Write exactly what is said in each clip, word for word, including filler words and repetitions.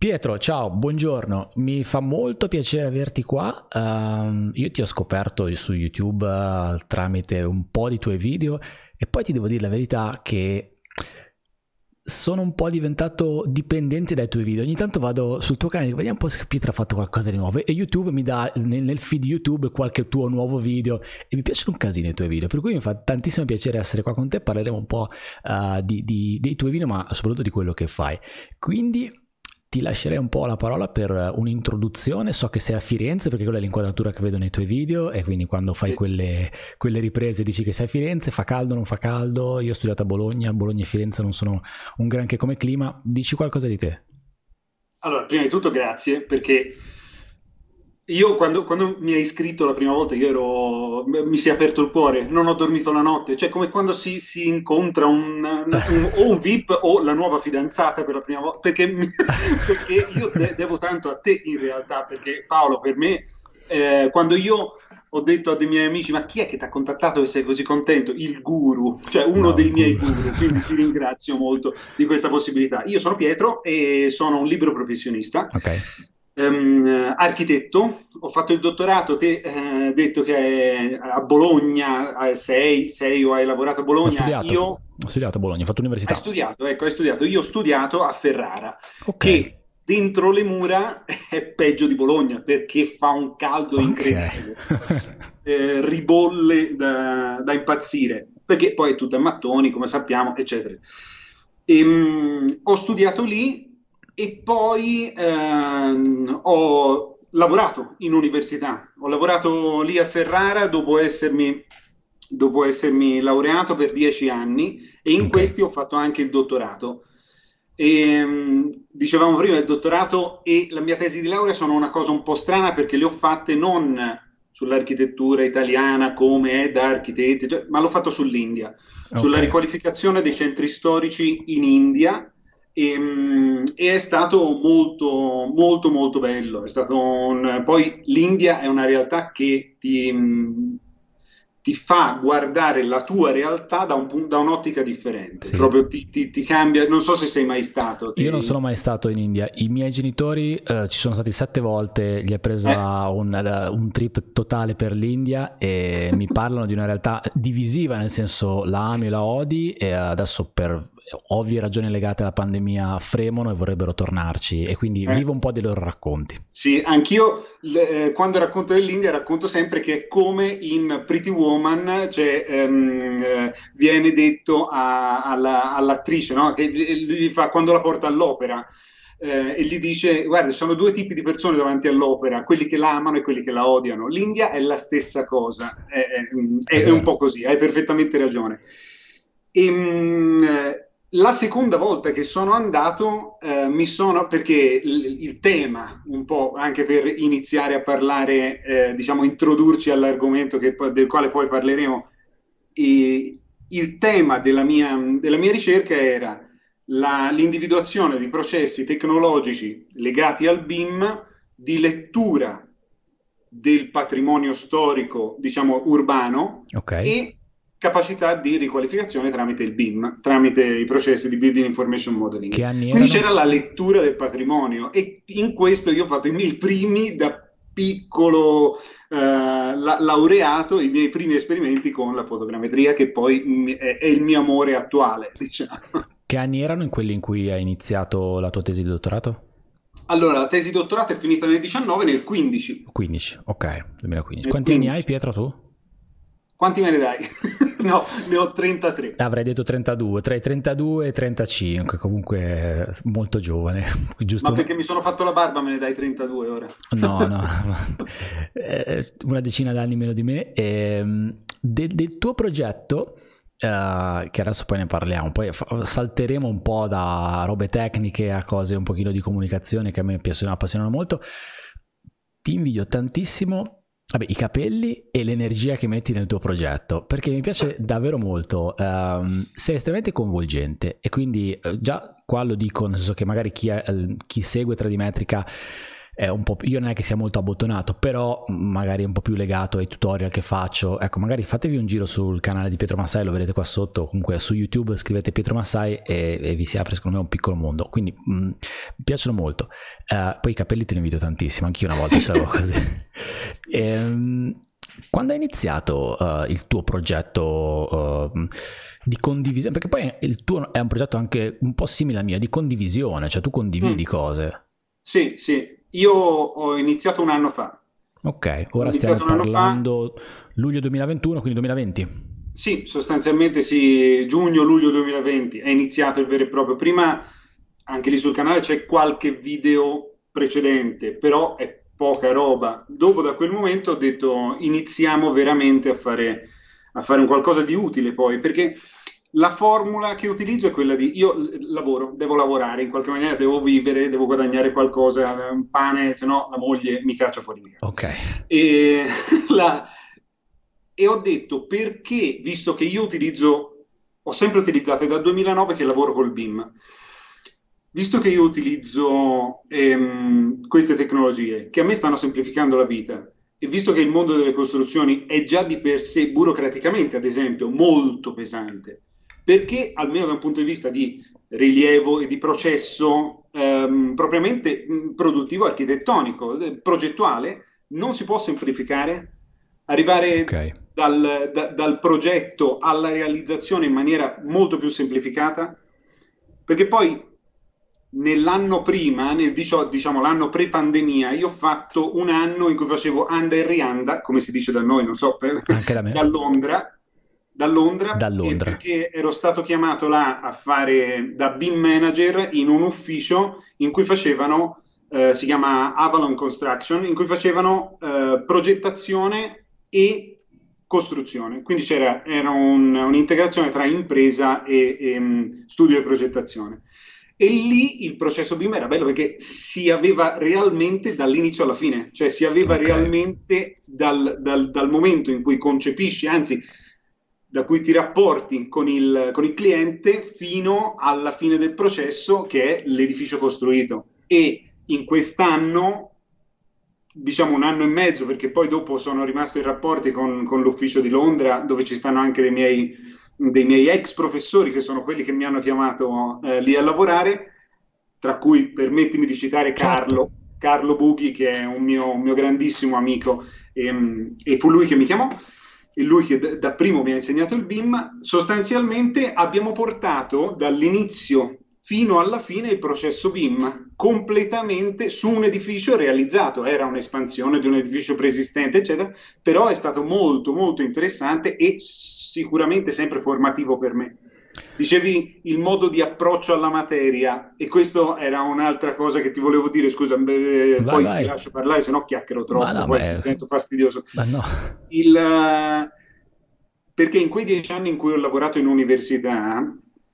Pietro, ciao, buongiorno, mi fa molto piacere averti qua. Uh, io ti ho scoperto su YouTube uh, tramite un po' di tuoi video e poi ti devo dire la verità che sono un po' diventato dipendente dai tuoi video. Ogni tanto vado sul tuo canale e vediamo un po' se Pietro ha fatto qualcosa di nuovo e YouTube mi dà nel, nel feed YouTube qualche tuo nuovo video e mi piacciono un casino i tuoi video, per cui mi fa tantissimo piacere essere qua con te. Parleremo un po' uh, di, di, dei tuoi video, ma soprattutto di quello che fai. Quindi ti lascerei un po' la parola per un'introduzione. So che sei a Firenze perché quella è l'inquadratura che vedo nei tuoi video, e quindi quando fai quelle, quelle riprese dici che sei a Firenze. Fa caldo, non fa caldo? Io ho studiato a Bologna, Bologna e Firenze non sono un granché come clima. Dici qualcosa di te. Allora, prima di tutto grazie, perché io quando, quando mi hai iscritto la prima volta io ero, mi si è aperto il cuore, non ho dormito la notte, cioè come quando si, si incontra un, un- o un V I P o la nuova fidanzata per la prima volta, perché, mi- perché io de- devo tanto a te in realtà, perché Paolo, per me, eh, quando io ho detto a dei miei amici, ma chi è che ti ha contattato e sei così contento? Il guru, cioè uno No, dei miei guru. guru, quindi ti ringrazio molto di questa possibilità. Io sono Pietro e sono un libero professionista, Ok. ehm, architetto, ho fatto il dottorato, te eh, hai detto che a Bologna eh, sei, sei o hai lavorato a Ho Bologna, studiato, io ho studiato a Bologna, ho fatto hai università. studiato, ecco, hai studiato, io ho studiato a Ferrara, Ok, che dentro le mura è peggio di Bologna perché fa un caldo ok. incredibile, eh, ribolle da, da impazzire, perché poi è tutto a mattoni, come sappiamo, eccetera. Ehm, ho studiato lì e poi ehm, ho lavorato in università. Ho lavorato lì a Ferrara dopo essermi, dopo essermi laureato per dieci anni e in Ok. questi ho fatto anche il dottorato. E, mh, dicevamo prima, il dottorato e la mia tesi di laurea sono una cosa un po' strana perché le ho fatte non sull'architettura italiana come è da architetti, cioè, ma l'ho fatto sull'India, Ok. sulla riqualificazione dei centri storici in India e, mh, e è stato molto, molto, molto bello. È stato un... Poi l'India è una realtà che ti, mh, ti fa guardare la tua realtà da, un, pun- da un'ottica differente, Sì. proprio ti, ti- ti cambia. Non so se sei mai stato. Io non Ti- sono mai stato in India. I miei genitori eh, ci sono stati sette volte, gli è eh, presa un, eh, un trip totale per l'India e mi parlano di una realtà divisiva, nel senso la ami o la odi, e adesso per ovvie ragioni legate alla pandemia fremono e vorrebbero tornarci, e quindi eh. vivo un po' dei loro racconti. Sì, anch'io le- eh, quando racconto dell'India racconto sempre che è come in Pretty Woman, cioè ehm, eh, viene detto a- alla- all'attrice, no? Che lui gli fa quando la porta all'opera eh, e gli dice: Guarda, ci sono due tipi di persone davanti all'opera, quelli che la amano e quelli che la odiano. L'India è la stessa cosa, è, È è- è un vero. po' così, hai perfettamente ragione. E, mh, la seconda volta che sono andato, eh, mi sono, perché il, il tema, un po' anche per iniziare a parlare, eh, diciamo, introdurci all'argomento che poi- del quale poi parleremo, e il tema della mia, della mia ricerca era la- l'individuazione di processi tecnologici legati al B I M di lettura del patrimonio storico, diciamo, urbano Ok. e capacità di riqualificazione tramite il B I M, tramite i processi di Building Information Modeling. Che anni Quindi c'era erano? la lettura del patrimonio e in questo io ho fatto i miei primi da piccolo eh, la- laureato, i miei primi esperimenti con la fotogrammetria, che poi mi- è, è il mio amore attuale, diciamo. Che anni erano in quelli in cui hai iniziato la tua tesi di dottorato? Allora, la tesi di dottorato è finita nel diciannove, nel quindici. quindici, ok, duemilaquindici. Nel Quanti anni hai, quindici. Pietro, tu? Quanti me ne dai? No, ne ho trentatré. Avrei detto trentadue, tra i trentadue e i trentacinque, comunque molto giovane, giusto Ma una... perché mi sono fatto la barba me ne dai trentadue ora? No, no, eh, una decina d'anni meno di me. Ehm, de- del tuo progetto, eh, che adesso poi ne parliamo, poi fa- salteremo un po' da robe tecniche a cose un pochino di comunicazione che a me appassionano, appassionano molto. Ti invidio tantissimo. Vabbè, i capelli e l'energia che metti nel tuo progetto, perché mi piace davvero molto. Um, sei estremamente coinvolgente e quindi eh, già qua lo dico, nel senso che magari chi, è, chi segue tre D Metrica è un po', io non è che sia molto abbottonato, però magari è un po' più legato ai tutorial che faccio. Ecco, magari fatevi un giro sul canale di Pietro Massai, lo vedete qua sotto, comunque su YouTube scrivete Pietro Massai e, e vi si apre secondo me un piccolo mondo, quindi mh, mi piacciono molto. Uh, poi i capelli te li invidio tantissimo, anch'io una volta c'avevo così. E, quando hai iniziato uh, il tuo progetto uh, di condivisione, perché poi il tuo è un progetto anche un po' simile al mio, di condivisione, cioè tu condividi mm. cose. Sì, sì, io ho iniziato un anno fa. Ok, ora stiamo parlando luglio duemilaventuno, quindi duemilaventi. Sì, sostanzialmente sì, giugno-luglio duemilaventi è iniziato il vero e proprio. Prima anche lì sul canale c'è qualche video precedente, però è poca roba. Dopo, da quel momento, ho detto iniziamo veramente a fare, a fare un qualcosa di utile poi, perché la formula che utilizzo è quella di io lavoro, devo lavorare, in qualche maniera devo vivere, devo guadagnare qualcosa, un pane, se no la moglie mi caccia fuori di casa. Ok. E, la, e ho detto perché, visto che io utilizzo, ho sempre utilizzato, è dal duemilanove che lavoro col B I M, visto che io utilizzo ehm, queste tecnologie che a me stanno semplificando la vita e visto che il mondo delle costruzioni è già di per sé burocraticamente, ad esempio, molto pesante, perché almeno da un punto di vista di rilievo e di processo ehm, propriamente produttivo, architettonico, progettuale, non si può semplificare? Arrivare okay. dal, da, dal progetto alla realizzazione in maniera molto più semplificata? Perché poi nell'anno prima, nel diciamo l'anno pre-pandemia, io ho fatto un anno in cui facevo anda e rianda, come si dice da noi, non so, per, anche da me. da Londra, da Londra, da Londra. perché ero stato chiamato là a fare da B I M manager in un ufficio in cui facevano, eh, si chiama Avalon Construction, in cui facevano eh, progettazione e costruzione. Quindi c'era era un, un'integrazione tra impresa e, e studio e progettazione. E lì il processo B I M era bello perché si aveva realmente dall'inizio alla fine, cioè si aveva okay. realmente dal, dal, dal momento in cui concepisci, anzi da cui ti rapporti con il, con il cliente fino alla fine del processo che è l'edificio costruito. E in quest'anno, diciamo un anno e mezzo, perché poi dopo sono rimasto in rapporti con, con l'ufficio di Londra dove ci stanno anche dei miei dei miei ex professori che sono quelli che mi hanno chiamato eh, lì a lavorare, tra cui permettimi di citare Carlo, certo. Carlo Bughi, che è un mio, un mio grandissimo amico, e, e fu lui che mi chiamò, e lui che d- da primo mi ha insegnato il B I M. Sostanzialmente abbiamo portato dall'inizio fino alla fine il processo B I M completamente su un edificio realizzato, era un'espansione di un edificio preesistente, eccetera, però è stato molto molto interessante e sicuramente sempre formativo per me. Dicevi il modo di approccio alla materia e questo era un'altra cosa che ti volevo dire, scusa, eh, vai, poi vai. Ti lascio parlare, se no chiacchiero troppo, no, poi è... divento fastidioso. Ma no. Il, uh, perché in quei dieci anni in cui ho lavorato in università,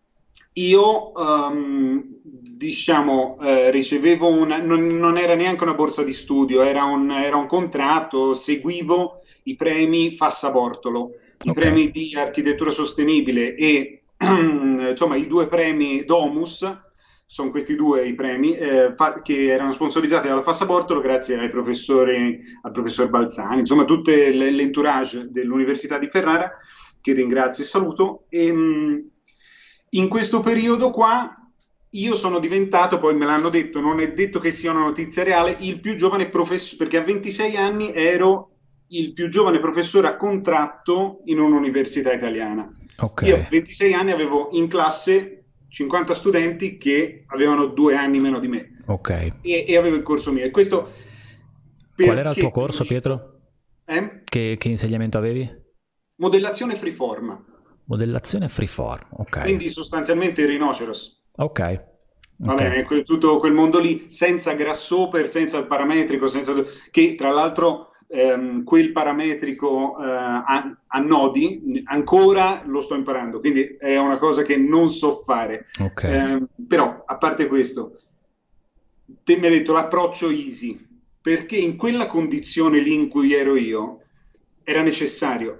io um, diciamo eh, ricevevo una, non, non era neanche una borsa di studio, era un, era un contratto, seguivo i premi Fassa-Bortolo, i okay. premi di architettura sostenibile e insomma i due premi Domus, sono questi due i premi eh, fa, che erano sponsorizzati dalla Fassa-Bortolo grazie ai professori, al professor Balzani, insomma tutte le, l'entourage dell'Università di Ferrara, che ringrazio e saluto. E, mh, in questo periodo qua io sono diventato, poi me l'hanno detto, non è detto che sia una notizia reale, il più giovane professore, perché a ventisei anni ero il più giovane professore a contratto in un'università italiana. Okay. Io a ventisei anni avevo in classe cinquanta studenti che avevano due anni meno di me. Okay. E, e avevo il corso mio. E questo Qual era il tuo corso, Pietro? Eh? Che, che insegnamento avevi? Modellazione freeform. Modellazione freeform, ok. Quindi sostanzialmente rinoceros. Ok. Va okay. bene, que- tutto quel mondo lì, senza grasshopper, senza il parametrico, senza... che tra l'altro ehm, quel parametrico eh, a, a nodi ancora lo sto imparando, quindi è una cosa che non so fare. Okay. Eh, però, a parte questo, te mi hai detto l'approccio easy, perché in quella condizione lì in cui ero io era necessario.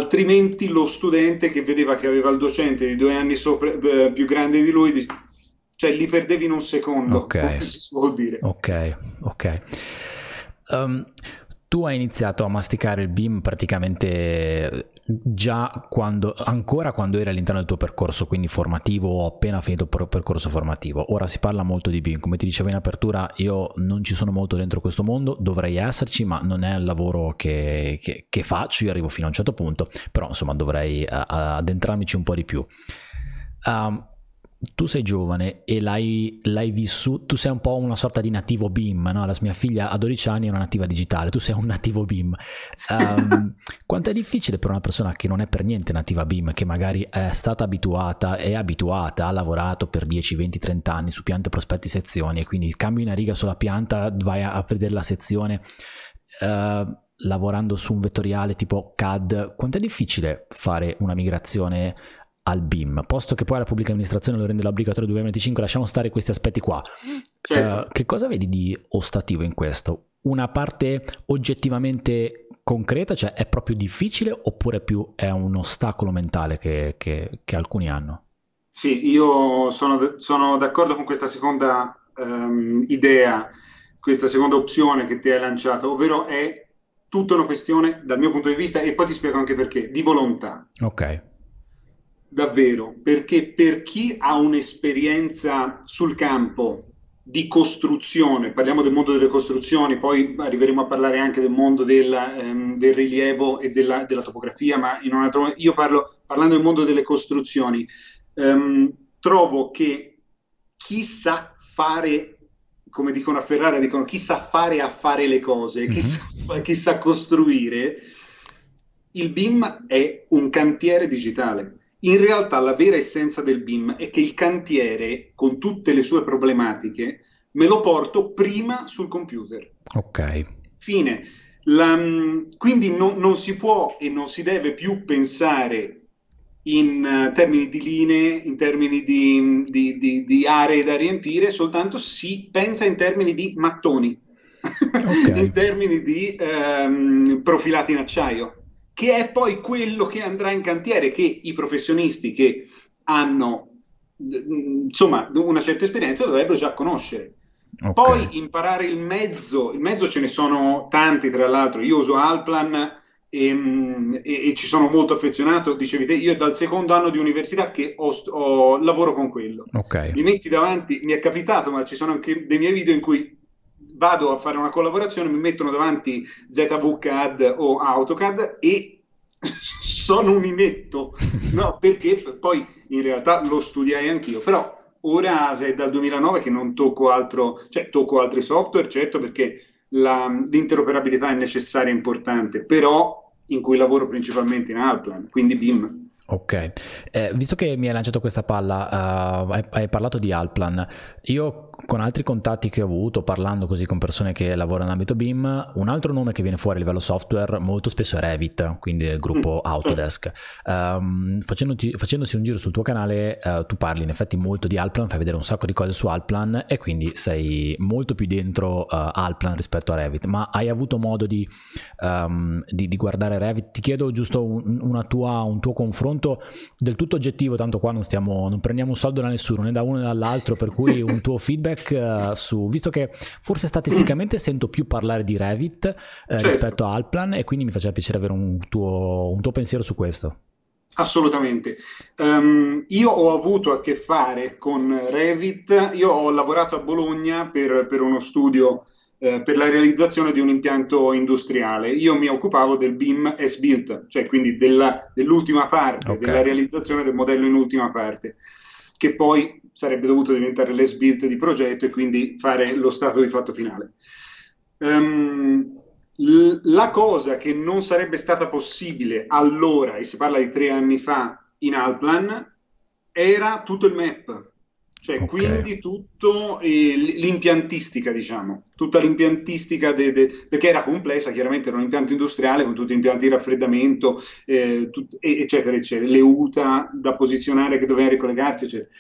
Altrimenti lo studente che vedeva che aveva il docente di due anni sopra, eh, più grande di lui cioè li perdevi in un secondo, Ok, come si suol dire. ok, ok. Um, tu hai iniziato a masticare il B I M praticamente già quando, ancora quando eri all'interno del tuo percorso, quindi formativo, o appena finito il per- percorso formativo. Ora si parla molto di B I M, come ti dicevo in apertura, io non ci sono molto dentro questo mondo, dovrei esserci, ma non è il lavoro che, che, che faccio, io arrivo fino a un certo punto, però insomma dovrei uh, addentrarmici un po' di più. Um, tu sei giovane e l'hai, l'hai vissuto, tu sei un po' una sorta di nativo B I M, no? La mia figlia a dodici anni è una nativa digitale, tu sei un nativo B I M. Um, quanto è difficile per una persona che non è per niente nativa B I M, che magari è stata abituata, è abituata, ha lavorato per dieci, venti, trenta anni su piante, prospetti, sezioni, e quindi cambi una riga sulla pianta, vai a, a vedere la sezione, uh, lavorando su un vettoriale tipo C A D, quanto è difficile fare una migrazione al B I M, posto che poi la pubblica amministrazione lo rende obbligatorio nel duemilaventicinque, lasciamo stare questi aspetti qua. Certo. Uh, che cosa vedi di ostativo in questo? Una parte oggettivamente concreta, cioè è proprio difficile, oppure più è un ostacolo mentale che, che, che alcuni hanno? Sì, io sono, sono d'accordo con questa seconda ehm, idea, questa seconda opzione che ti hai lanciato, ovvero è tutta una questione, dal mio punto di vista, e poi ti spiego anche perché, di volontà. Ok. Davvero, perché per chi ha un'esperienza sul campo di costruzione, parliamo del mondo delle costruzioni, poi arriveremo a parlare anche del mondo del, ehm, del rilievo e della, della topografia, ma in un altro, io parlo, parlando del mondo delle costruzioni, ehm, trovo che chi sa fare, come dicono a Ferrara, dicono chi sa fare a fare le cose, chi Mm-hmm. sa, chi sa costruire, il B I M è un cantiere digitale. In realtà la vera essenza del B I M è che il cantiere, con tutte le sue problematiche, me lo porto prima sul computer. Ok. Fine. La, quindi no, non si può e non si deve più pensare in uh, termini di linee, in termini di, di, di, di aree da riempire, soltanto si pensa in termini di mattoni, in Ok. termini di um, profilati in acciaio, che è poi quello che andrà in cantiere, che i professionisti che hanno insomma una certa esperienza dovrebbero già conoscere. Ok. Poi imparare il mezzo, il mezzo ce ne sono tanti, tra l'altro. Io uso Alplan e, e, e ci sono molto affezionato. Dicevi te, io dal secondo anno di università che ho, ho, lavoro con quello. Ok. Mi metti davanti, mi è capitato, ma ci sono anche dei miei video in cui vado a fare una collaborazione, mi mettono davanti Z V C A D o AutoCAD e sono un inetto, no? Perché poi in realtà lo studiai anch'io, però ora è dal duemilanove che non tocco altro, cioè tocco altri software, certo, perché la, l'interoperabilità è necessaria e importante, però in cui lavoro principalmente in Alplan, quindi B I M. Ok, eh, visto che mi hai lanciato questa palla, uh, hai, hai parlato di Alplan. Io con altri contatti che ho avuto, parlando così con persone che lavorano in ambito B I M, un altro nome che viene fuori a livello software molto spesso è Revit, quindi del gruppo Mm, Autodesk. Um, facendoti, facendosi un giro sul tuo canale, uh, tu parli in effetti molto di Alplan, fai vedere un sacco di cose su Alplan e quindi sei molto più dentro uh, Alplan rispetto a Revit. Ma hai avuto modo di, um, di, di guardare Revit? Ti chiedo giusto un, una tua, un tuo confronto del tutto oggettivo, tanto qua non stiamo non prendiamo un soldo da nessuno, né da uno né dall'altro, per cui un tuo feedback uh, su, visto che forse statisticamente sento più parlare di Revit uh, certo. rispetto a Alplan, e quindi mi faceva piacere avere un tuo, un tuo pensiero su questo. Assolutamente. Um, io ho avuto a che fare con Revit, io ho lavorato a Bologna per, per uno studio eh, per la realizzazione di un impianto industriale. Io mi occupavo del B I M as-built, cioè quindi della, dell'ultima parte, Ok. della realizzazione del modello in ultima parte, che poi sarebbe dovuto diventare l'as-built di progetto e quindi fare lo stato di fatto finale. Um, la cosa che non sarebbe stata possibile allora, e si parla di tre anni fa, in Alplan, era tutto il map, cioè Ok. quindi tutto eh, l'impiantistica, diciamo, tutta l'impiantistica, de, de, perché era complessa, chiaramente era un impianto industriale con tutti gli impianti di raffreddamento, eh, tut, eccetera, eccetera, le U T A da posizionare che dovevano ricollegarsi, eccetera.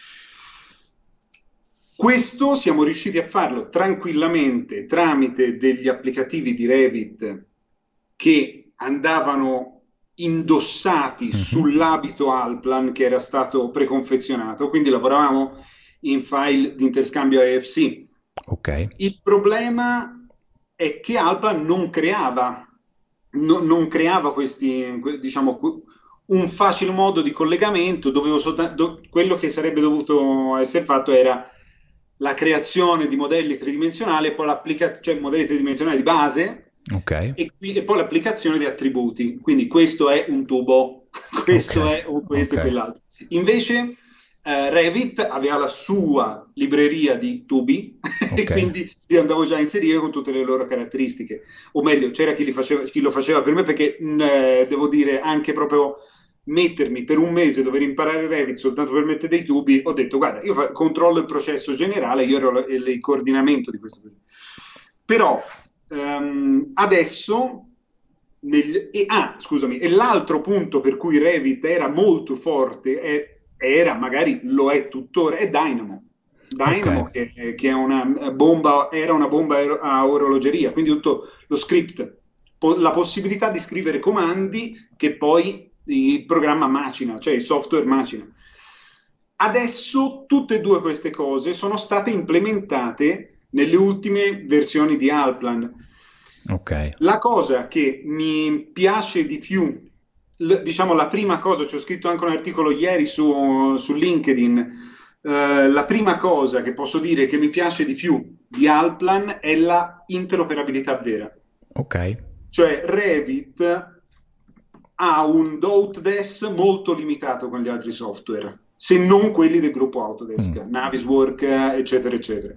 Questo siamo riusciti a farlo tranquillamente tramite degli applicativi di Revit che andavano indossati Mm-hmm. sull'abito Alplan che era stato preconfezionato, quindi lavoravamo in file di interscambio A F C. Ok. Il problema è che Alplan non creava, no, non creava questi, diciamo, un facile modo di collegamento. Dovevo soltanto, quello che sarebbe dovuto essere fatto era la creazione di modelli tridimensionali e poi l'applicazione, cioè modelli tridimensionali di base, Ok. e, qui, e poi l'applicazione di attributi. Quindi questo è un tubo, questo Ok. è un questo Ok. e quell'altro. Invece eh, Revit aveva la sua libreria di tubi e Ok. quindi li andavo già a inserire con tutte le loro caratteristiche. O meglio, c'era chi, li faceva, chi lo faceva per me, perché mh, eh, devo dire, anche proprio mettermi per un mese, dover imparare Revit soltanto per mettere dei tubi, ho detto guarda, io fa- controllo il processo generale, io ero l- il coordinamento di questo processo. Però ehm, adesso nel, e, ah, scusami, e l'altro punto per cui Revit era molto forte, è, era, magari lo è tuttora, è Dynamo. Ok. Dynamo che, che è una bomba, era una bomba a orologeria, quindi tutto lo script, po- la possibilità di scrivere comandi che poi il programma macina, cioè il software macina. Adesso tutte e due queste cose sono state implementate nelle ultime versioni di Alplan. Ok. La cosa che mi piace di più, l- diciamo la prima cosa, ci ho scritto anche un articolo ieri su, su LinkedIn, eh, la prima cosa che posso dire che mi piace di più di Alplan è la interoperabilità vera. Ok. Cioè Revit ha un do ut des molto limitato con gli altri software, se non quelli del gruppo Autodesk, Mm. Naviswork, eccetera, eccetera.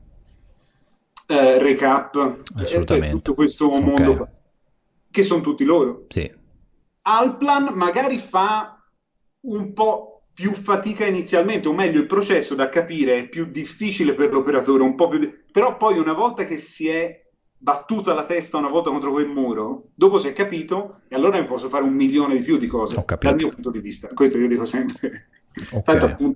Eh, Recap, eh, eh, Assolutamente. tutto questo mondo Ok. qua, che sono tutti loro. Sì. Alplan magari fa un po' più fatica inizialmente, o meglio, il processo da capire è più difficile per l'operatore, un po' più di... però poi una volta che si è battuta la testa una volta contro quel muro, dopo si è capito, e allora ne posso fare un milione di più di Ho cose, dal capito. mio punto di vista. Questo io dico sempre. Ok. Tanto appunto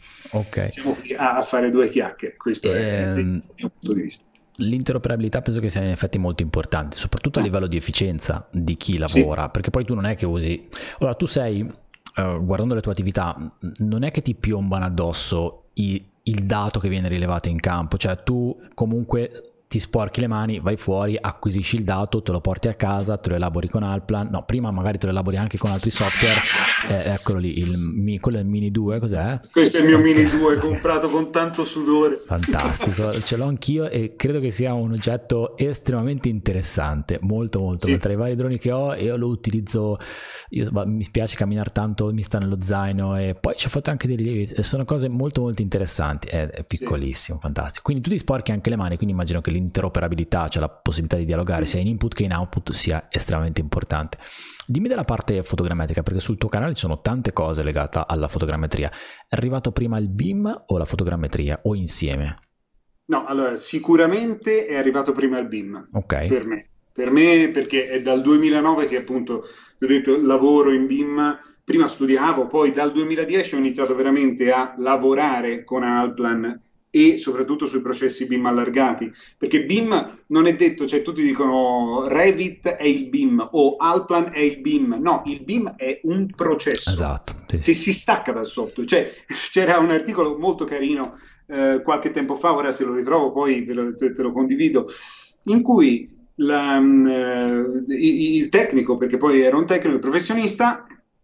Ok. siamo qui a, a fare due chiacchiere, questo è il Ehm, mio punto di vista. L'interoperabilità penso che sia in effetti molto importante, soprattutto a Ah, livello di efficienza di chi sì, lavora, perché poi tu non è che usi... Allora, tu sei, eh, guardando le tue attività, non è che ti piombano addosso i- il dato che viene rilevato in campo, cioè tu comunque ti sporchi le mani, vai fuori, acquisisci il dato, te lo porti a casa, te lo elabori con Alplan, no, prima magari te lo elabori anche con altri software, eh, eccolo lì, il, mi- quello è il Mini due, cos'è? questo è il mio Mini due Ok. comprato con tanto sudore. Fantastico, ce l'ho anch'io e credo che sia un oggetto estremamente interessante, molto molto, Sì, tra i vari droni che ho io lo utilizzo, io, mi spiace camminare tanto, mi sta nello zaino e poi ci ho fatto anche dei rilievi, sono cose molto molto interessanti, è, è sì. piccolissimo, fantastico, quindi tu ti sporchi anche le mani, quindi immagino che l'interoperabilità, cioè la possibilità di dialogare sia in input che in output sia estremamente importante. Dimmi della parte fotogrammetrica, perché sul tuo canale ci sono tante cose legate alla fotogrammetria. È arrivato prima il B I M o la fotogrammetria o insieme? No, allora, sicuramente è arrivato prima il B I M, Ok. per me. Per me, perché è dal duemilanove che appunto, ti ho detto, lavoro in B I M, prima studiavo, poi dal duemiladieci ho iniziato veramente a lavorare con Alplan e soprattutto sui processi B I M allargati, perché B I M non è detto, cioè tutti dicono Revit è il B I M o Alplan è il B I M, no, il B I M è un processo Esatto, sì, che sì. si stacca dal software, cioè c'era un articolo molto carino eh, qualche tempo fa, ora se lo ritrovo poi ve lo, te, te lo condivido, in cui la, eh, il tecnico, perché poi era un tecnico, il professionista,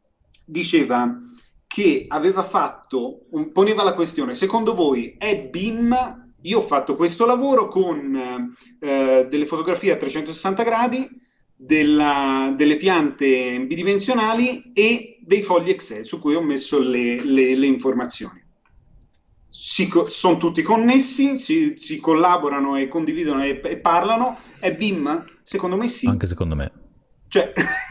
diceva che aveva fatto, un, poneva la questione, secondo voi è B I M? Io ho fatto questo lavoro con eh, delle fotografie a trecentosessanta gradi, della, delle piante bidimensionali e dei fogli Excel su cui ho messo le, le, le informazioni. Si, sono tutti connessi, si, si, collaborano e condividono e, e parlano. È B I M? Secondo me sì. Anche secondo me. Cioè,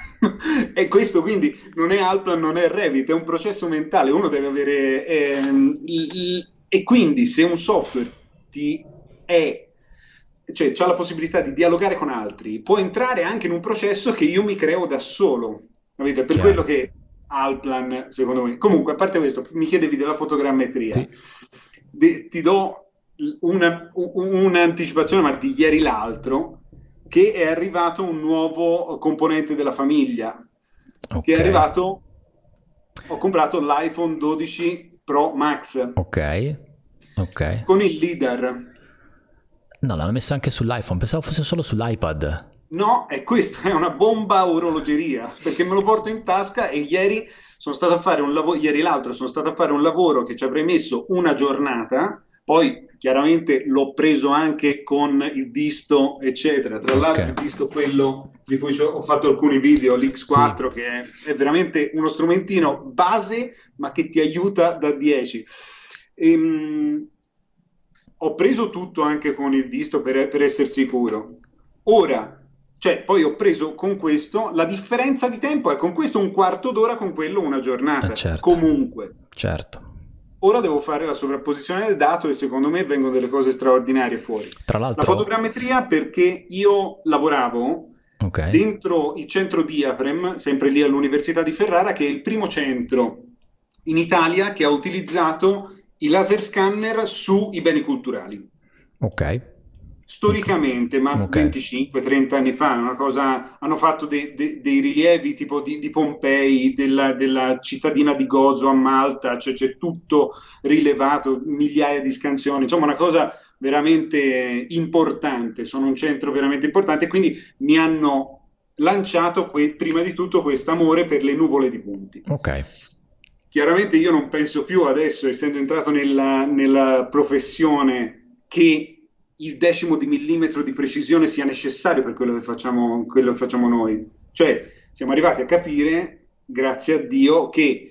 è questo, quindi non è Alplan, non è Revit, è un processo mentale. Uno deve avere... Ehm, l, e quindi se un software ti è... cioè c'ha la possibilità di dialogare con altri, può entrare anche in un processo che io mi creo da solo. Capite? Per quello Chiaro. che Alplan, secondo me. Comunque, a parte questo, mi chiedevi della fotogrammetria. Sì. De, ti do una, un'anticipazione, ma di ieri l'altro, che è arrivato un nuovo componente della famiglia, che è Ok. arrivato, ho comprato l'iPhone dodici Pro Max. Ok. Ok. con il LiDAR. No, l'hanno messa anche sull'iPhone, pensavo fosse solo sull'iPad. No, e questa è una bomba a orologeria, perché me lo porto in tasca e ieri sono stato a fare un lavoro, ieri l'altro sono stato a fare un lavoro che ci avrei messo una giornata, poi chiaramente l'ho preso anche con il disto, eccetera. Tra l'altro Ok. il disto quello di cui ho fatto alcuni video, l'X quattro, Sì. che è, è veramente uno strumentino base, ma che ti aiuta da dieci. Ehm, ho preso tutto anche con il disto per, per essere sicuro. Ora, cioè, poi ho preso con questo, la differenza di tempo è con questo un quarto d'ora, con quello una Eh, giornata. certo, Comunque, certo. ora devo fare la sovrapposizione del dato e secondo me vengono delle cose straordinarie fuori. Tra La l'altro, fotogrammetria perché io lavoravo ok, dentro il centro Diaprem, sempre lì all'Università di Ferrara, che è il primo centro in Italia che ha utilizzato i laser scanner sui beni culturali. ok, ok, Storicamente, ma ok. venticinque trenta anni fa, una cosa, hanno fatto dei, dei- dei rilievi tipo di, di Pompei, della, della cittadina di Gozo a Malta, cioè c'è tutto rilevato, migliaia di scansioni, insomma una cosa veramente importante, sono un centro veramente importante, quindi mi hanno lanciato que- prima di tutto questo amore per le nuvole di punti. Ok. Chiaramente io non penso più adesso, essendo entrato nella, nella professione, che il decimo di millimetro di precisione sia necessario per quello che facciamo, quello che facciamo noi. Cioè, siamo arrivati a capire, grazie a Dio, che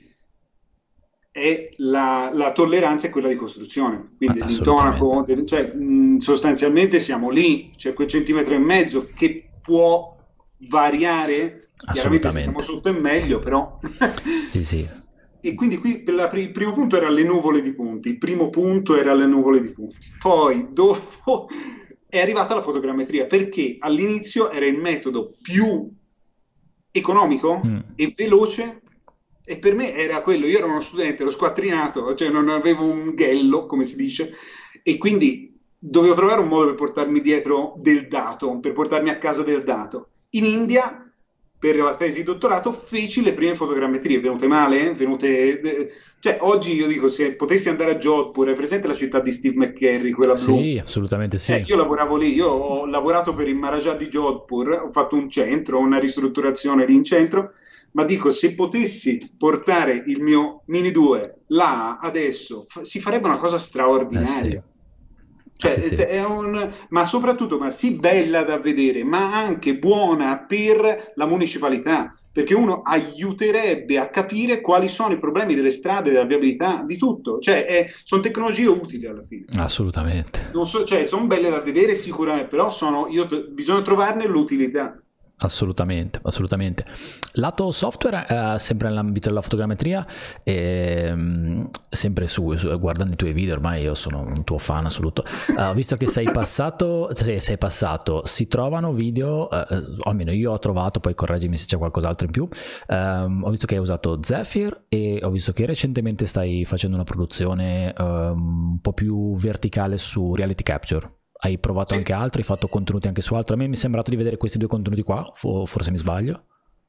è la, la tolleranza è quella di costruzione, Ah, quindi assolutamente, l'intonaco, cioè, mh, sostanzialmente siamo lì, c'è quel centimetro e mezzo che può variare, chiaramente se stiamo assolutamente. sotto è meglio, però... Sì, sì. E quindi qui la, il primo punto era le nuvole di punti, il primo punto era le nuvole di punti. Poi dopo è arrivata la fotogrammetria perché all'inizio era il metodo più economico Mm, e veloce e per me era quello, io ero uno studente, ero squattrinato, cioè non avevo un ghello, come si dice, e quindi dovevo trovare un modo per portarmi dietro del dato, per portarmi a casa del dato. In India per la tesi di dottorato feci le prime fotogrammetrie, venute male, venute... eh, cioè oggi io dico se potessi andare a Jodhpur, è presente la città di Steve McCurry, quella blu? sì, assolutamente Eh, sì. io lavoravo lì, io ho lavorato per il Maharaja di Jodhpur, ho fatto un centro, una ristrutturazione lì in centro, ma dico se potessi portare il mio Mini due là adesso, fa- si farebbe una cosa Eh sì, straordinaria. eh sì, Cioè, sì. è un, ma soprattutto, ma sì, bella da vedere, ma anche buona per la municipalità, perché uno aiuterebbe a capire quali sono i problemi delle strade, della viabilità, di tutto. Cioè, è- sono tecnologie utili alla fine. Assolutamente. Non so, cioè, sono belle da vedere sicuramente, però sono, io, bisogna trovarne l'utilità. Assolutamente, assolutamente. Lato software, eh, sempre nell'ambito della fotogrammetria, ehm, sempre su, su- guardando i tuoi video, ormai io sono un tuo fan assoluto. Eh, ho visto che sei passato, cioè, sei passato, si trovano video, eh, o almeno io ho trovato, poi correggimi se c'è qualcos'altro in più. Ehm, ho visto che hai usato Zephyr e ho visto che recentemente stai facendo una produzione ehm, un po' più verticale su Reality Capture. Hai provato Sì. anche altro? Hai fatto contenuti anche su altro? A me mi è sembrato di vedere questi due contenuti qua, forse mi sbaglio?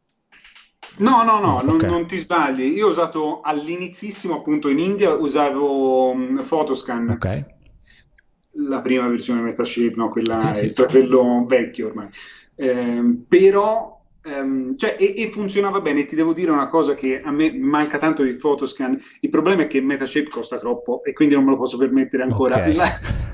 No, no, No, no, non, ok, non ti sbagli. Io ho usato all'inizissimo, appunto in India, usavo um, ok, Photoscan, la prima versione Metashape, no? sì, Quella è sì, il fratello vecchio ormai. Ehm, però, ehm, cioè, e, e funzionava bene. Ti devo dire una cosa che a me manca tanto di Photoscan. Il problema è che Metashape costa troppo e quindi non me lo posso permettere ok, ancora. La,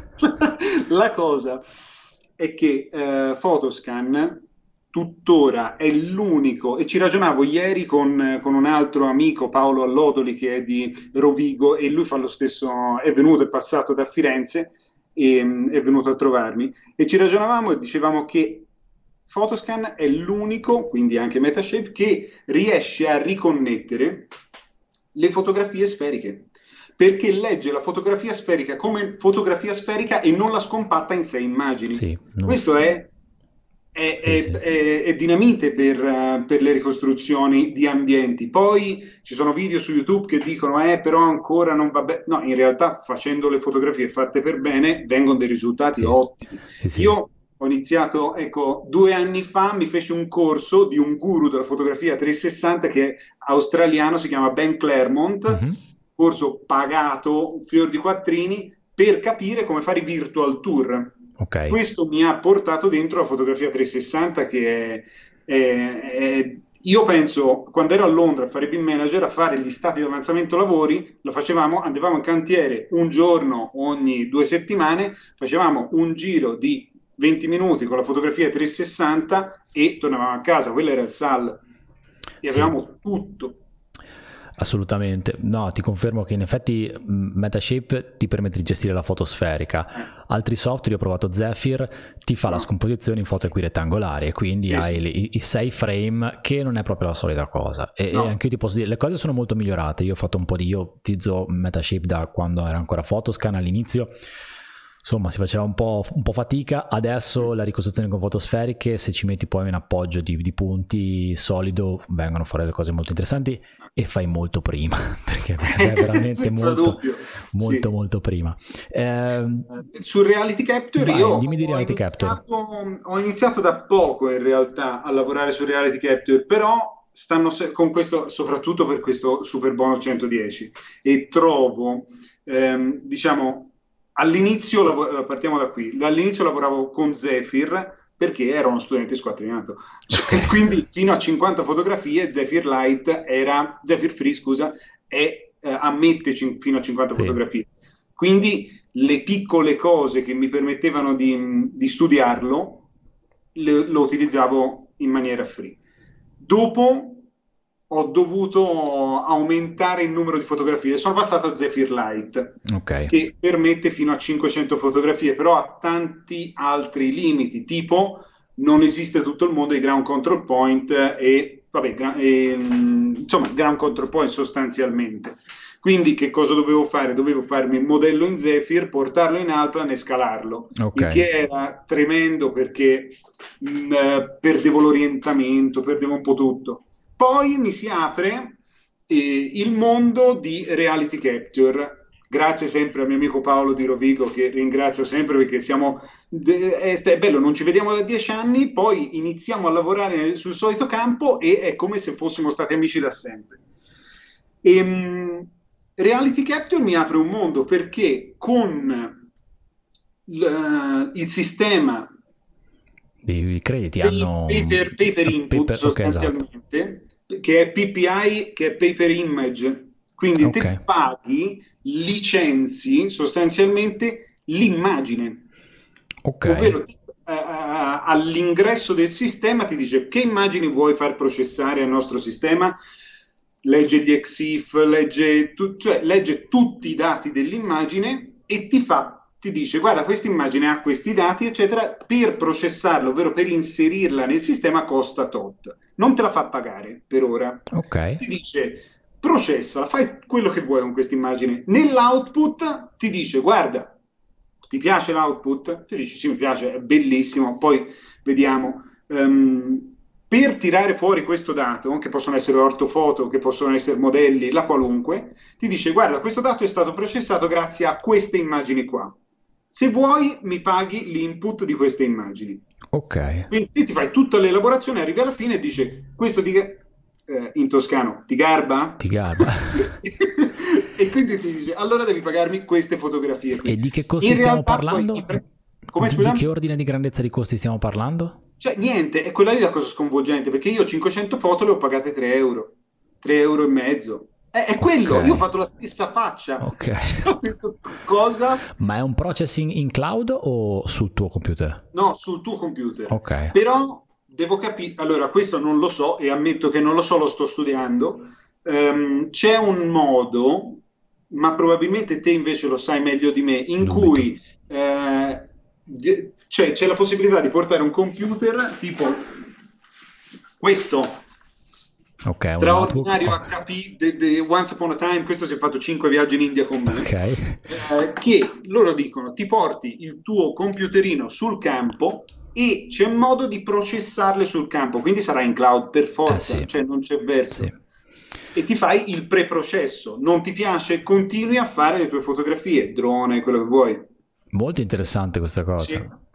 la cosa è che eh, Photoscan tuttora è l'unico, e ci ragionavo ieri con, con un altro amico, Paolo Allodoli, che è di Rovigo, e lui fa lo stesso, è venuto, è passato da Firenze e è venuto a trovarmi e ci ragionavamo e dicevamo che Photoscan è l'unico, quindi anche Metashape, che riesce a riconnettere le fotografie sferiche perché legge la fotografia sferica come fotografia sferica e non la scompatta in sei immagini. sì, non f- Questo è, è, sì, è, sì, è, è dinamite per, uh, per, le ricostruzioni di ambienti. Poi ci sono video su YouTube che dicono, eh, però ancora non va bene. No, in realtà facendo le fotografie fatte per bene vengono dei risultati sì, ottimi. sì, sì, Io ho iniziato, ecco, due anni fa mi feci un corso di un guru della fotografia trecentosessanta che è australiano, si chiama Ben Claremont, mhm, corso pagato, un fior di quattrini, per capire come fare i virtual tour. Okay. Questo mi ha portato dentro la fotografia trecentosessanta, che è, è, è io penso, quando ero a Londra a fare BIM manager, a fare gli stati di avanzamento lavori, lo facevamo, andavamo in cantiere un giorno ogni due settimane, facevamo un giro di venti minuti con la fotografia trecentosessanta e tornavamo a casa. Quello era il S A L e avevamo sì. tutto. Assolutamente, no, ti confermo che in effetti Metashape ti permette di gestire la foto sferica. Eh. Altri software, io ho provato Zephyr, ti fa no. la scomposizione in foto equirettangolari e quindi sì, hai sì. i sei frame, che non è proprio la solita cosa. E, no. e anche io ti posso dire, le cose sono molto migliorate. Io ho fatto un po' di, io utilizzo Metashape da quando era ancora Photoscan all'inizio. Insomma, si faceva un po', un po' fatica. Adesso la ricostruzione con foto sferiche, se ci metti poi un appoggio di, di punti solido, vengono fuori delle cose molto interessanti e fai molto prima, perché è veramente molto, molto, sì. molto prima. Eh, Sul Reality Capture vai, io dimmi di Reality ho, iniziato, Capture. ho iniziato da poco in realtà a lavorare su Reality Capture, però stanno con questo, soprattutto per questo super bonus centodieci, e trovo, ehm, diciamo, all'inizio, partiamo da qui, dall'inizio lavoravo con Zephyr perché ero uno studente squattrinato, cioè, quindi fino a cinquanta fotografie Zephyr Light era, Zephyr Free scusa, e eh, ammette c- fino a cinquanta sì. fotografie, quindi le piccole cose che mi permettevano di, di studiarlo le, lo utilizzavo in maniera free. Dopo ho dovuto aumentare il numero di fotografie, sono passato a Zephyr Light, okay. che permette fino a cinquecento fotografie, però ha tanti altri limiti, tipo non esiste tutto il mondo di ground control point e, vabbè, gra- e, insomma, ground control point sostanzialmente. Quindi che cosa dovevo fare? Dovevo farmi il modello in Zephyr, portarlo in Alplan e scalarlo, okay. il che era tremendo perché mh, perdevo l'orientamento, perdevo un po' tutto. Poi mi si apre eh, il mondo di Reality Capture, grazie sempre al mio amico Paolo Di Rovigo, che ringrazio sempre perché siamo, è, è bello, non ci vediamo da dieci anni, poi iniziamo a lavorare sul solito campo e è come se fossimo stati amici da sempre. E, mh, Reality Capture mi apre un mondo perché con l, il sistema i crediti pay, hanno paper, paper input paper, sostanzialmente, okay, esatto. che è P P I, che è paper image, quindi okay. te paghi, licenzi sostanzialmente l'immagine, okay. ovvero uh, uh, all'ingresso del sistema ti dice che immagini vuoi far processare al nostro sistema, legge gli E X I F, legge, tu, cioè, legge tutti i dati dell'immagine e ti fa ti dice guarda questa immagine ha questi dati eccetera, per processarla, ovvero per inserirla nel sistema costa tot, non te la fa pagare per ora, okay. ti dice processala, fai quello che vuoi con questa immagine, nell'output ti dice guarda ti piace l'output? Ti dici sì mi piace, è bellissimo, poi vediamo um, per tirare fuori questo dato, che possono essere ortofoto, che possono essere modelli, la qualunque, ti dice guarda questo dato è stato processato grazie a queste immagini qua. Se vuoi mi paghi l'input di queste immagini. Ok. Quindi ti fai tutta l'elaborazione, arrivi alla fine e dice questo ti, eh, in toscano ti garba? Ti garba. E quindi ti dice allora devi pagarmi queste fotografie qui. E di che costi in stiamo parlando? Pre... Come, di, di che ordine di grandezza di costi stiamo parlando? Cioè niente, è quella lì la cosa sconvolgente, perché io cinquecento foto le ho pagate tre euro, tre euro e mezzo. È, è quello, okay. Io ho fatto la stessa faccia. Ok. Ho detto cosa? Ma è un processing in cloud o sul tuo computer? No, sul tuo computer. Ok. Però devo capire, allora questo non lo so e ammetto che non lo so, lo sto studiando. Um, c'è un modo, ma probabilmente te invece lo sai meglio di me, in Dubito. cui eh, cioè, c'è la possibilità di portare un computer tipo questo. Okay, straordinario H P de, de Once Upon a Time, questo si è fatto cinque viaggi in India con me, okay. eh, che loro dicono ti porti il tuo computerino sul campo e c'è un modo di processarle sul campo, quindi sarà in cloud per forza, eh sì. Cioè non c'è verso, sì. E ti fai il preprocesso, non ti piace, continui a fare le tue fotografie, drone, quello che vuoi. Molto interessante questa cosa. Sì.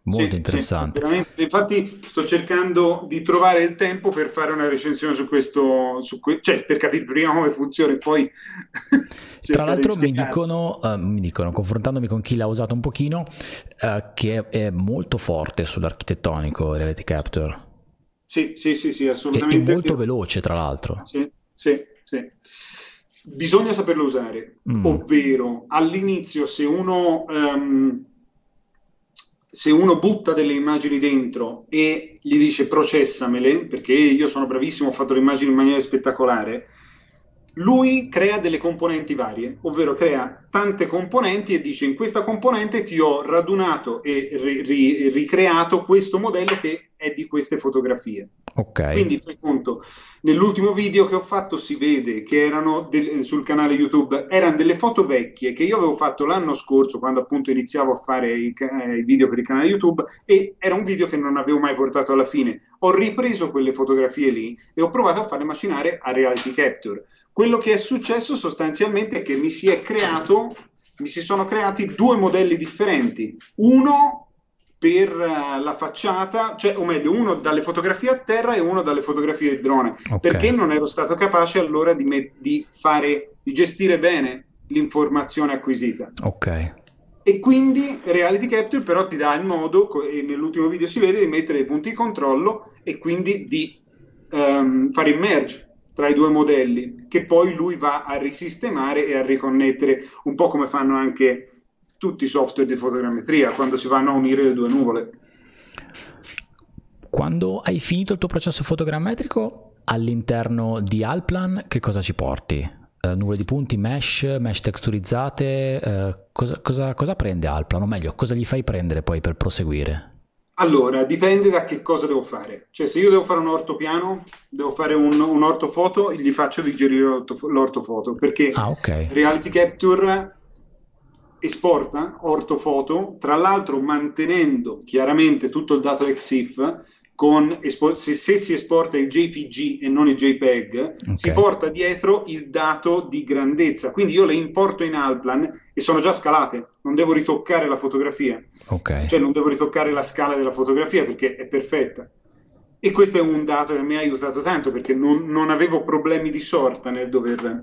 Molto Sì, sì, interessante. veramente. Infatti sto cercando di trovare il tempo per fare una recensione su questo, su que- cioè per capire prima come funziona e poi Tra cercare di l'altro mi spiegare. dicono, eh, mi dicono, confrontandomi con chi l'ha usato un pochino, eh, che è molto forte sull'architettonico Reality Capture Sì, sì, sì, sì, e, e assolutamente. molto veloce, tra l'altro. Sì, sì, sì. Bisogna saperlo usare, Mm, ovvero all'inizio se uno, ehm, se uno butta delle immagini dentro e gli dice processamele, perché io sono bravissimo, ho fatto le immagini in maniera spettacolare, lui crea delle componenti varie, ovvero crea tante componenti e dice in questa componente ti ho radunato e ri- ri- ricreato questo modello che è di queste fotografie. ok, Quindi fai conto, nell'ultimo video che ho fatto si vede che erano del- sul canale YouTube, erano delle foto vecchie che io avevo fatto l'anno scorso quando appunto iniziavo a fare i, i video per il canale YouTube e era un video che non avevo mai portato alla fine. Ho ripreso quelle fotografie lì e ho provato a farle macinare a Reality Capture. Quello che è successo sostanzialmente è che mi si è creato, mi si sono creati due modelli differenti. Uno per uh, la facciata, cioè, o meglio, uno dalle fotografie a terra e uno dalle fotografie del drone, ok, perché non ero stato capace allora di, me- di fare, di gestire bene l'informazione acquisita. ok. E quindi Reality Capture però ti dà il modo, e nell'ultimo video si vede, di mettere i punti di controllo e quindi di um, fare il merge tra i due modelli, che poi lui va a risistemare e a riconnettere, un po' come fanno anche tutti i software di fotogrammetria, quando si vanno a unire le due nuvole. Quando hai finito il tuo processo fotogrammetrico, all'interno di Alplan che cosa ci porti? Eh, nuvole di punti, mesh, mesh texturizzate, eh, cosa, cosa, cosa prende Alplan? O meglio, cosa gli fai prendere poi per proseguire? Allora, dipende da che cosa devo fare. Cioè, se io devo fare un ortopiano, devo fare un, un ortofoto, gli faccio digerire l'ortofo- l'ortofoto, perché Ah, ok, Reality Capture esporta ortofoto, tra l'altro mantenendo chiaramente tutto il dato E X I F, con, espo- se, se si esporta il J P G e non il JPEG, ok, si porta dietro il dato di grandezza. Quindi io le importo in Alplan e sono già scalate, non devo ritoccare la fotografia, ok. cioè non devo ritoccare la scala della fotografia perché è perfetta. E questo è un dato che mi ha aiutato tanto perché non, non avevo problemi di sorta nel dover.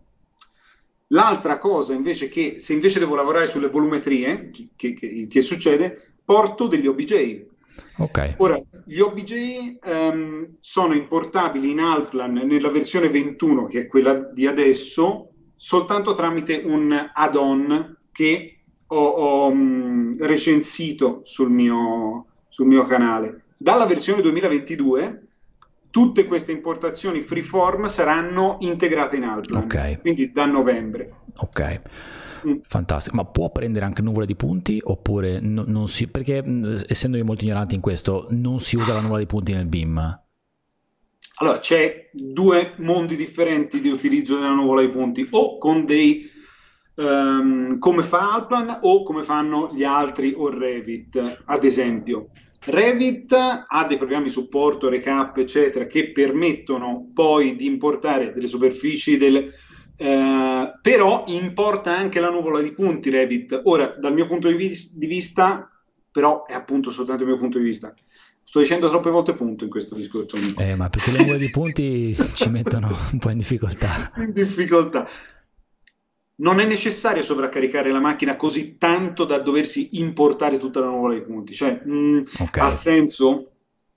L'altra cosa invece che se invece devo lavorare sulle volumetrie, che, che, che succede, porto degli O B J. Ok, Ora, gli O B J um, sono importabili in Alplan nella versione ventuno, che è quella di adesso, soltanto tramite un add-on che ho, ho um, recensito sul mio, sul mio canale. Dalla versione duemilaventidue tutte queste importazioni freeform saranno integrate in ok, Alplan, quindi da novembre. ok. Mm. Fantastico, ma può prendere anche nuvole di punti oppure no, non si... perché mh, essendo io molto ignorante in questo, non si usa la nuvola di punti nel B I M? Allora, c'è due mondi differenti di utilizzo della nuvola di punti, o con dei, um, come fa Alplan o come fanno gli altri o Revit, ad esempio. Revit ha dei programmi supporto, recap, eccetera, che permettono poi di importare delle superfici, del, eh, però importa anche la nuvola di punti Revit. Ora, dal mio punto di, vis- di vista, però è appunto soltanto il mio punto di vista, sto dicendo troppe volte punto in questo discorso. Eh, ma perché le nuvole di punti ci mettono un po' in difficoltà. In difficoltà. Non è necessario sovraccaricare la macchina così tanto da doversi importare tutta la nuvola dei punti. Cioè, mh, Ok, ha senso?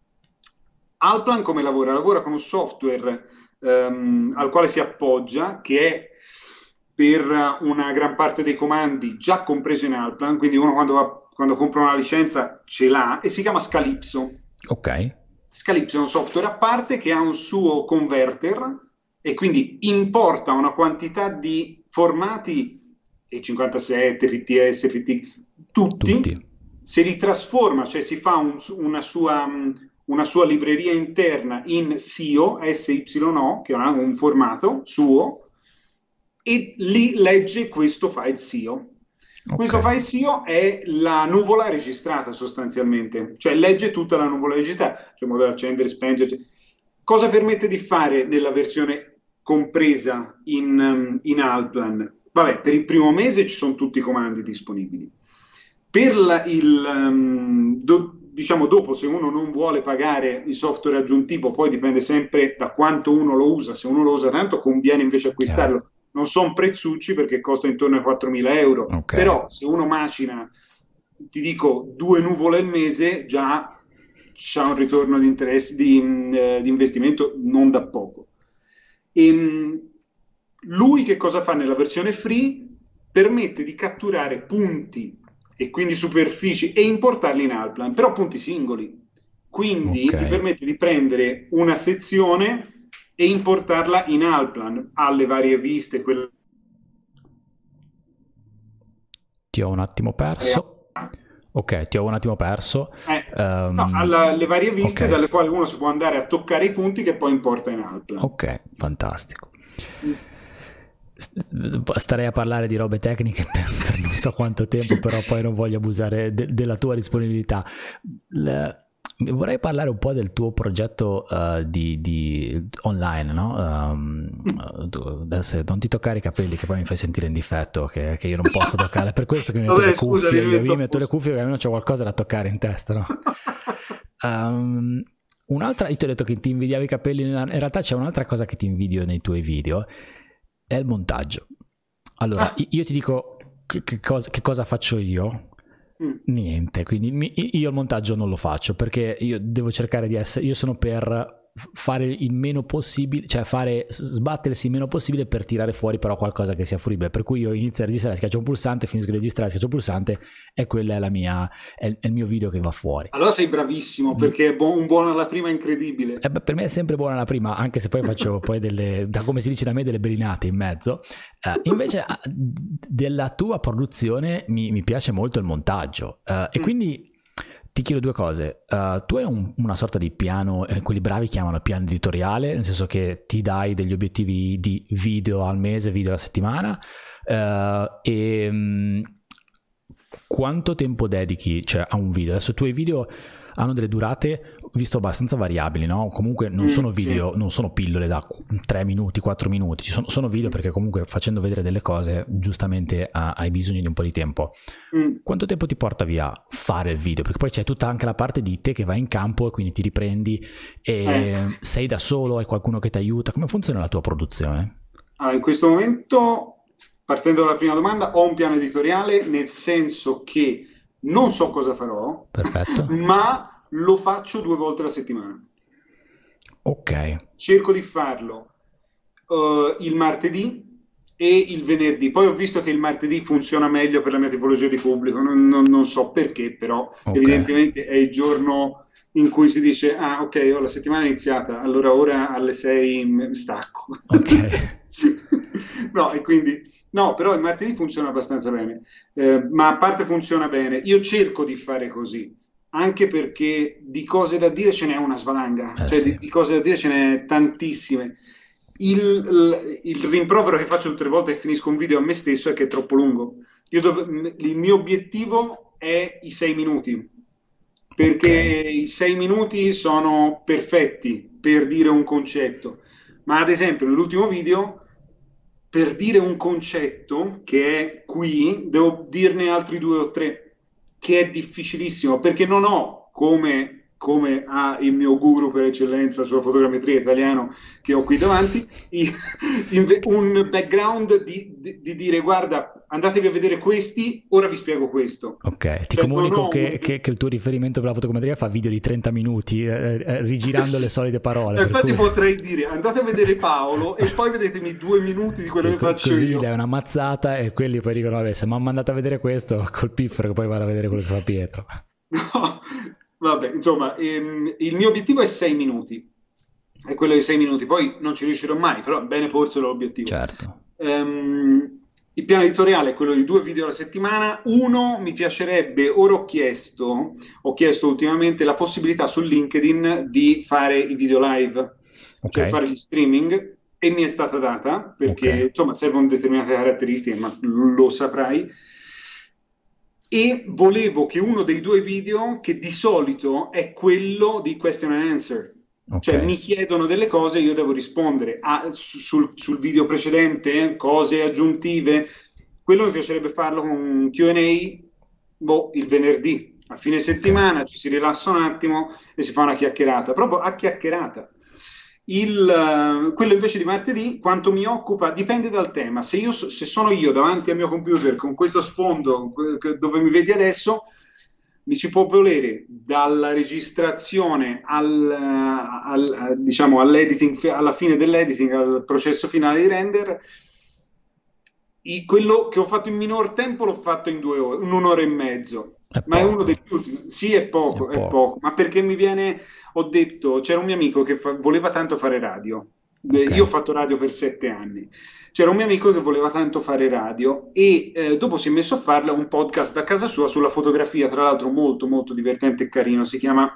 Alplan come lavora? Lavora con un software ehm, al quale si appoggia, che è per una gran parte dei comandi già compreso in Alplan, quindi uno quando, va, quando compra una licenza ce l'ha, e si chiama Scalypso. ok, Scalypso è un software a parte che ha un suo converter e quindi importa una quantità di formati, E cinquantasette, P T S, P T, tutti. tutti, se li trasforma, cioè si fa un, una, sua, una sua libreria interna in S Y O, S Y O, che è un formato suo, e lì legge questo file S I O. Ok, Questo file S I O è la nuvola registrata sostanzialmente, cioè legge tutta la nuvola registrata, cioè modo da accendere, spengere. Cosa permette di fare nella versione compresa in, in Alplan? Vabbè, per il primo mese ci sono tutti i comandi disponibili. per la- il, um, do- diciamo dopo, se uno non vuole pagare il software aggiuntivo, poi dipende sempre da quanto uno lo usa. Se uno lo usa tanto, conviene invece Chiaro. acquistarlo. Non sono prezzucci perché costa intorno ai quattromila euro, Ok. però se uno macina, ti dico, due nuvole al mese, già c'ha un ritorno di interesse, di, mh, di investimento non da poco. E, mh, lui che cosa fa nella versione free? Permette di catturare punti e quindi superfici e importarli in Alplan, però punti singoli. Ok. Quindi ti permette di prendere una sezione e importarla in Alplan, alle varie viste, quelle Ti ho un attimo perso. Ok, ti ho un attimo perso. eh, no, Ehm, alla- le varie viste ok, dalle quali uno si può andare a toccare i punti che poi importa in Alplan. ok, fantastico. Mm. S- Starei a parlare di robe tecniche per, per non so quanto tempo, Sì. però poi non voglio abusare de- della tua disponibilità. Le- Vorrei parlare un po' del tuo progetto uh, di, di online, no? Um, tu- adesso non ti toccare i capelli che poi mi fai sentire in difetto, che, che io non posso toccare. È per questo che mi metto Vabbè, le scusa, cuffie, mi io metto mi a metto le posto. cuffie perché almeno c'è qualcosa da toccare in testa, no? Um, un'altra, io ti ho detto che ti invidiavi i capelli, in realtà c'è un'altra cosa che ti invidio nei tuoi video, è il montaggio. Allora, Ah, io ti dico che, che cosa, che cosa faccio io. mm, Niente, quindi mi- io il montaggio non lo faccio perché io devo cercare di essere, io sono per fare il meno possibile, cioè fare sbattersi il meno possibile per tirare fuori però qualcosa che sia fruibile, per cui io inizio a registrare, schiaccio un pulsante, finisco di registrare, schiaccio un pulsante e quella è la mia, è, è il mio video che va fuori. allora sei bravissimo Mm. perché è bu- un buono alla prima incredibile. Eh beh, per me è sempre buona la prima, anche se poi faccio poi delle, da come si dice da me, delle belinate in mezzo. Eh, invece ah, della tua produzione mi, mi piace molto il montaggio eh, e Mm. quindi ti chiedo due cose. Uh, tu hai un, una sorta di piano, eh, quelli bravi chiamano piano editoriale, nel senso che ti dai degli obiettivi di video al mese, video alla settimana uh, e um, quanto tempo dedichi, cioè, a un video? Adesso i tuoi video hanno delle durate visto abbastanza variabili, no? Comunque non Mm, sono sì. video, non sono pillole da tre minuti, quattro minuti, ci sono, sono video perché comunque facendo vedere delle cose giustamente ha, hai bisogno di un po' di tempo. Mm. Quanto tempo ti porta via fare il video? Perché poi c'è tutta anche la parte di te che vai in campo e quindi ti riprendi e Eh. sei da solo, hai qualcuno che ti aiuta. Come funziona la tua produzione? Allora, in questo momento, partendo dalla prima domanda, ho un piano editoriale nel senso che non so cosa farò, Perfetto. ma lo faccio due volte alla settimana. Ok. Cerco di farlo uh, il martedì e il venerdì. Poi ho visto che il martedì funziona meglio per la mia tipologia di pubblico, non, non- non so perché, però Ok. evidentemente è il giorno in cui si dice, ah ok, oh, la settimana è iniziata, allora ora alle sei m- stacco. Ok. No, e quindi, no, però il martedì funziona abbastanza bene. Eh, ma a parte funziona bene, io cerco di fare così, anche perché di cose da dire ce n'è una svalanga, Eh cioè sì. di, di cose da dire ce n'è tantissime. Il, il- il rimprovero che faccio tutte le volte che finisco un video a me stesso è che è troppo lungo. Io dov- il mio obiettivo è i sei minuti, perché Ok. i sei minuti sono perfetti per dire un concetto. Ma ad esempio, nell'ultimo video, per dire un concetto che è qui, devo dirne altri due o tre, che è difficilissimo, perché non ho come, come ha il mio guru per eccellenza sulla fotogrammetria italiano che ho qui davanti, i- inve- un background di, di- di dire guarda, andatevi a vedere questi, ora vi spiego questo. Ok, ti Cioè, non comunico ho che, un... che- che il tuo riferimento per la fotogrammetria fa video di trenta minuti, eh, eh, rigirando le solite parole. Cioè, Per infatti cui... potrei dire andate a vedere Paolo e poi vedetemi due minuti di quello Sì, che co- faccio così gli io. dai una mazzata e quelli poi dicono vabbè se mi hanno mandato a vedere questo col piffero che poi vado a vedere quello che fa Pietro. No, vabbè, insomma, ehm, il mio obiettivo è sei minuti, è quello di sei minuti, poi non ci riuscirò mai, però è bene porselo l'obiettivo. Certo. Ehm, il piano editoriale è quello di due video alla settimana. Uno mi piacerebbe, ora ho chiesto, ho chiesto ultimamente la possibilità su LinkedIn di fare i video live, Ok, cioè fare gli streaming, e mi è stata data perché ok, insomma servono determinate caratteristiche, ma lo saprai. E volevo che uno dei due video, che di solito è quello di question and answer, cioè ok. mi chiedono delle cose e io devo rispondere a, sul, sul video precedente, cose aggiuntive, quello mi piacerebbe farlo con un Q and A boh, il venerdì, a fine settimana Ok. ci si rilassa un attimo e si fa una chiacchierata, proprio a chiacchierata. Il, eh, quello invece di martedì, quanto mi occupa, dipende dal tema. Se, io, so- se sono io davanti al mio computer con questo sfondo que- che- dove mi vedi adesso, mi ci può volere dalla registrazione al, al- a- diciamo, all'editing, alla fine dell'editing, al processo finale di render. I- quello che ho fatto in minor tempo l'ho fatto in due ore, in un'ora e mezzo, È ma è uno degli poco, ultimi. Sì, è è poco, è poco. poco, ma perché mi viene, ho detto, c'era un mio amico che fa- voleva tanto fare radio. Eh, Ok, Io ho fatto radio per sette anni. C'era un mio amico che voleva tanto fare radio e eh, dopo si è messo a farle un podcast da casa sua sulla fotografia, tra l'altro molto molto divertente e carino, si chiama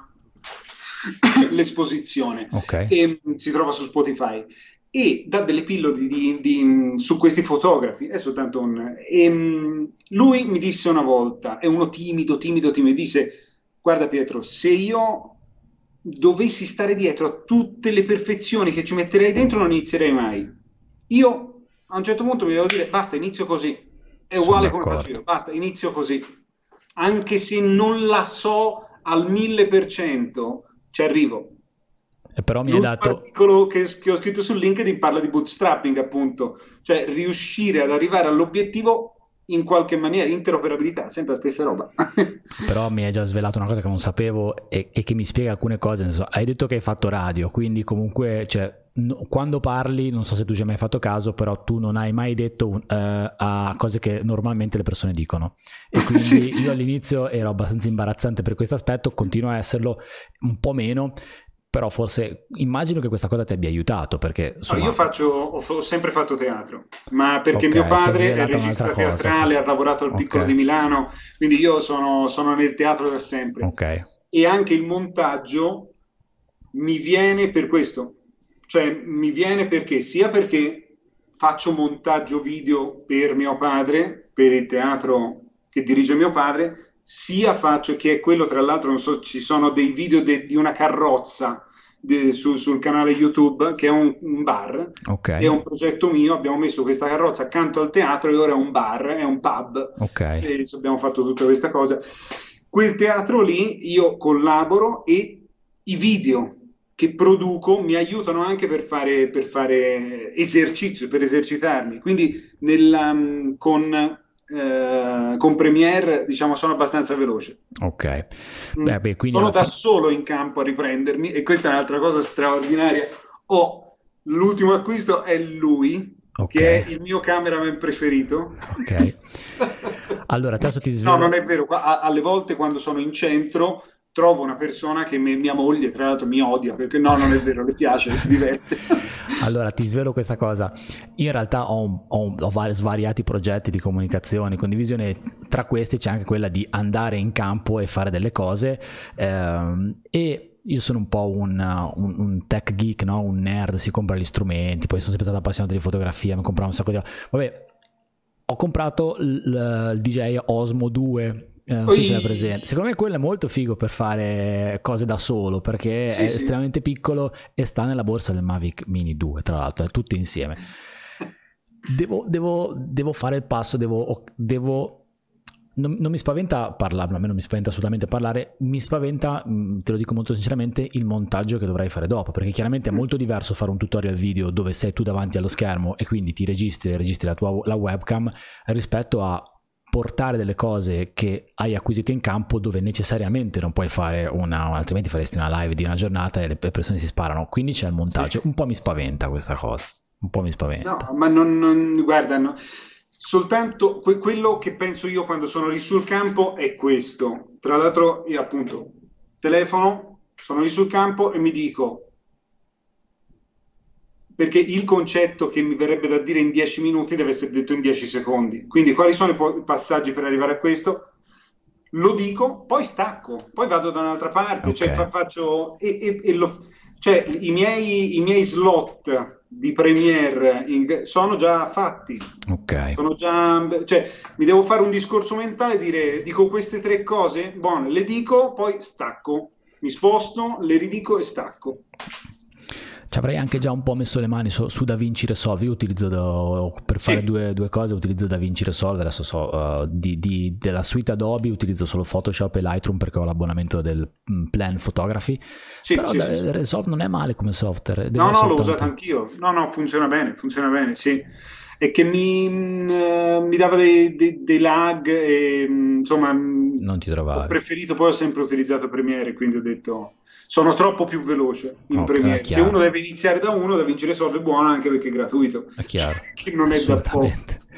L'esposizione ok. e mh, si trova su Spotify e dà delle pillole di, di- di- su questi fotografi. È soltanto un... e, mh, lui mi disse una volta, è uno timido, timido, timido, disse: Guarda Pietro, se io dovessi stare dietro a tutte le perfezioni che ci metterei dentro, non inizierei mai. Io a un certo punto mi devo dire: basta, inizio così. È Sono uguale come faccio io, d'accordo. basta, inizio così. Anche se non la so al mille per cento, ci arrivo. E però mi hai L'ultimo dato, articolo che, che ho scritto su LinkedIn parla di bootstrapping, appunto, cioè riuscire ad arrivare all'obiettivo in qualche maniera, interoperabilità, sempre la stessa roba. però mi hai già svelato una cosa che non sapevo e, e che mi spiega alcune cose. Nel senso, hai detto che hai fatto radio, quindi comunque, cioè, no- quando parli, non so se tu ci hai mai fatto caso, però tu non hai mai detto un- eh, a cose che normalmente le persone dicono. E Sì. quindi io all'inizio ero abbastanza imbarazzante per questo aspetto, continuo a esserlo un po' meno, però forse immagino che questa cosa ti abbia aiutato, perché No, io insomma, faccio, ho, ho sempre fatto teatro, ma perché mio ok, si è padre è svelata un'altra regista cosa. teatrale, ha lavorato al Piccolo di Ok, Milano, quindi io sono, sono nel teatro da sempre. ok, E anche il montaggio mi viene per questo, cioè mi viene perché sia perché faccio montaggio video per mio padre, per il teatro che dirige mio padre, sia faccio che è quello, tra l'altro, non so, ci sono dei video de- di una carrozza de- su- sul canale YouTube che è un, un bar, ok, è un progetto mio, abbiamo messo questa carrozza accanto al teatro e ora è un bar, è un pub, ok. e abbiamo fatto tutta questa cosa. Quel teatro lì io collaboro e i video che produco mi aiutano anche per fare, per fare esercizio, per esercitarmi. Quindi nella, mm, con, eh, con Premiere, diciamo, sono abbastanza veloce. Ok, Mm. beh, beh, quindi Sono alla da fine... solo in campo a riprendermi e questa è un'altra cosa straordinaria. Ho l'ultimo acquisto è lui, Ok, che è il mio cameraman preferito. ok. Allora, adesso ti No, non svelo... è vero. Qua- a- alle volte quando sono in centro trovo una persona che mi- mia moglie, tra l'altro, mi odia perché no, non è vero, le piace, si diverte. Allora, ti svelo questa cosa. Io in realtà ho, un- ho un- ho vari svariati progetti di comunicazione, condivisione, tra questi c'è anche quella di andare in campo e fare delle cose. ehm, e io sono un po' un, un- un tech geek, no? Un nerd, si compra gli strumenti, poi sono sempre stato appassionato di fotografia, mi compravo un sacco di... Vabbè, ho comprato il, il D J Osmo due, eh, non so se ce l'hai Oi, presente. Secondo me quello è molto figo per fare cose da solo, perché è sì, sì. estremamente piccolo e sta nella borsa del Mavic Mini due, tra l'altro, è tutto insieme. Devo, devo, devo fare il passo, devo... devo non, non mi spaventa parlarne, a me non mi spaventa assolutamente parlare, mi spaventa, mh, te lo dico molto sinceramente, il montaggio che dovrai fare dopo, perché chiaramente è molto diverso fare un tutorial video dove sei tu davanti allo schermo e quindi ti registri, registri la tua la webcam, rispetto a portare delle cose che hai acquisite in campo dove necessariamente non puoi fare una, altrimenti faresti una live di una giornata e le persone si sparano, quindi c'è il Sì. montaggio. Un po' mi spaventa questa cosa, un po' mi spaventa. No, ma non, non- guarda, no. Soltanto que- quello che penso io quando sono lì sul campo è questo. Tra l'altro, io appunto telefono, sono lì sul campo e mi dico, perché il concetto che mi verrebbe da dire in dieci minuti deve essere detto in dieci secondi. Quindi, quali sono i, po- i passaggi per arrivare a questo? Lo dico, poi stacco, poi vado da un'altra parte, Ok, cioè fa- faccio e, e- e lo, cioè i miei, i miei slot di Premiere in- sono già fatti. ok. Sono già, cioè, mi devo fare un discorso mentale e dire, dico queste tre cose, buone, le dico, poi stacco, mi sposto, le ridico e stacco. Ci avrei anche già un po' messo le mani su, su DaVinci Resolve. Io utilizzo da, per fare sì. due, due cose utilizzo DaVinci Resolve. Adesso so uh, di, di, della suite Adobe utilizzo solo Photoshop e Lightroom perché ho l'abbonamento del Plan Photography. Sì, però sì, da, sì, Resolve non è male come software. No, no, soltanto... l'ho usato anch'io. No, no, funziona bene, funziona bene, sì. È che mi, uh, mi dava dei, dei, dei lag e insomma non ti trovavi. Ho preferito, poi ho sempre utilizzato Premiere, quindi ho detto sono troppo più veloce in okay, Premiere. Se uno deve iniziare da uno, DaVinci Resolve è buono anche perché è gratuito. È chiaro. Che non è da poco.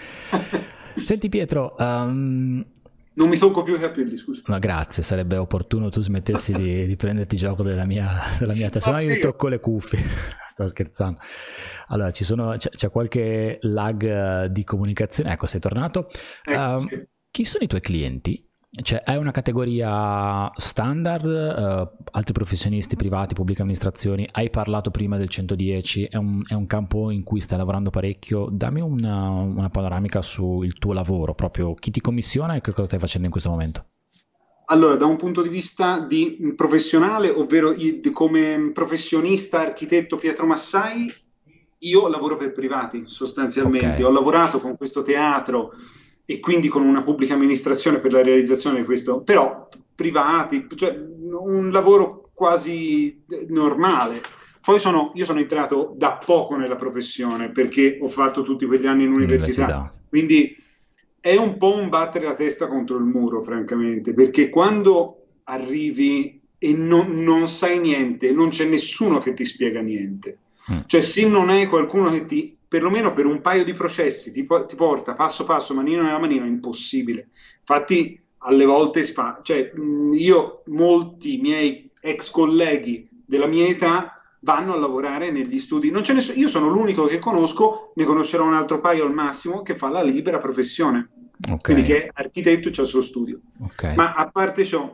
Senti Pietro, um... non mi tocco più i capelli, scusa. Ma grazie, sarebbe opportuno tu smettessi di, di prenderti gioco della mia, della mia testa. No, io tocco le cuffie. Sto scherzando. Allora, ci sono, c'è, c'è qualche lag di comunicazione. Ecco, sei tornato. Ecco, uh, sì. Chi sono i tuoi clienti? Cioè, hai una categoria standard, uh, altri professionisti, privati, pubbliche amministrazioni? Hai parlato prima del centodieci, è un, è un campo in cui stai lavorando parecchio. Dammi una, una panoramica sul tuo lavoro, proprio chi ti commissiona e che cosa stai facendo in questo momento. Allora, da un punto di vista di professionale, ovvero come professionista architetto Pietro Massai, io lavoro per privati sostanzialmente. Okay. Ho lavorato con questo teatro e quindi con una pubblica amministrazione per la realizzazione di questo, però privati, cioè un lavoro quasi normale. Poi sono, io sono entrato da poco nella professione perché ho fatto tutti quegli anni in università, università. Quindi è un po' un battere la testa contro il muro, francamente, perché quando arrivi e non, non sai niente, non c'è nessuno che ti spiega niente. Mm. Cioè se non hai qualcuno che ti perlomeno per un paio di processi ti, ti porta passo passo, manino nella manina, è impossibile. Infatti alle volte si fa, cioè io, molti miei ex colleghi della mia età vanno a lavorare negli studi, non ce ne so, io sono l'unico che conosco, ne conoscerò un altro paio al massimo, che fa la libera professione, okay. Quindi che è architetto e c'ha il suo studio. Okay. Ma a parte ciò,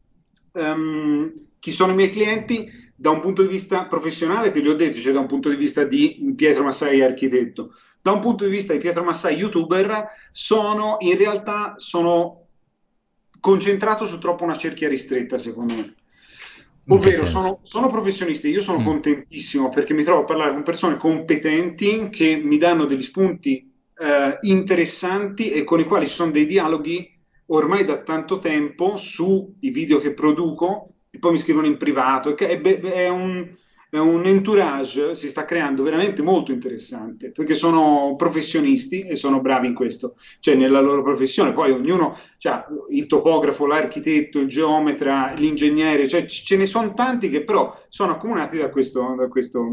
um, chi sono i miei clienti? Da un punto di vista professionale, te li ho detto, cioè da un punto di vista di Pietro Massai architetto. Da un punto di vista di Pietro Massai youtuber, sono in realtà sono concentrato su troppo una cerchia ristretta, secondo me. Ovvero sono, sono professionisti, io sono mm. contentissimo perché mi trovo a parlare con persone competenti che mi danno degli spunti eh, interessanti e con i quali ci sono dei dialoghi ormai da tanto tempo sui video che produco. E poi mi scrivono in privato, è, è, un, è un entourage, si sta creando veramente molto interessante, perché sono professionisti e sono bravi in questo, cioè nella loro professione. Poi ognuno, cioè, il topografo, l'architetto, il geometra, l'ingegnere, cioè ce ne sono tanti che però sono accomunati da questo, da questo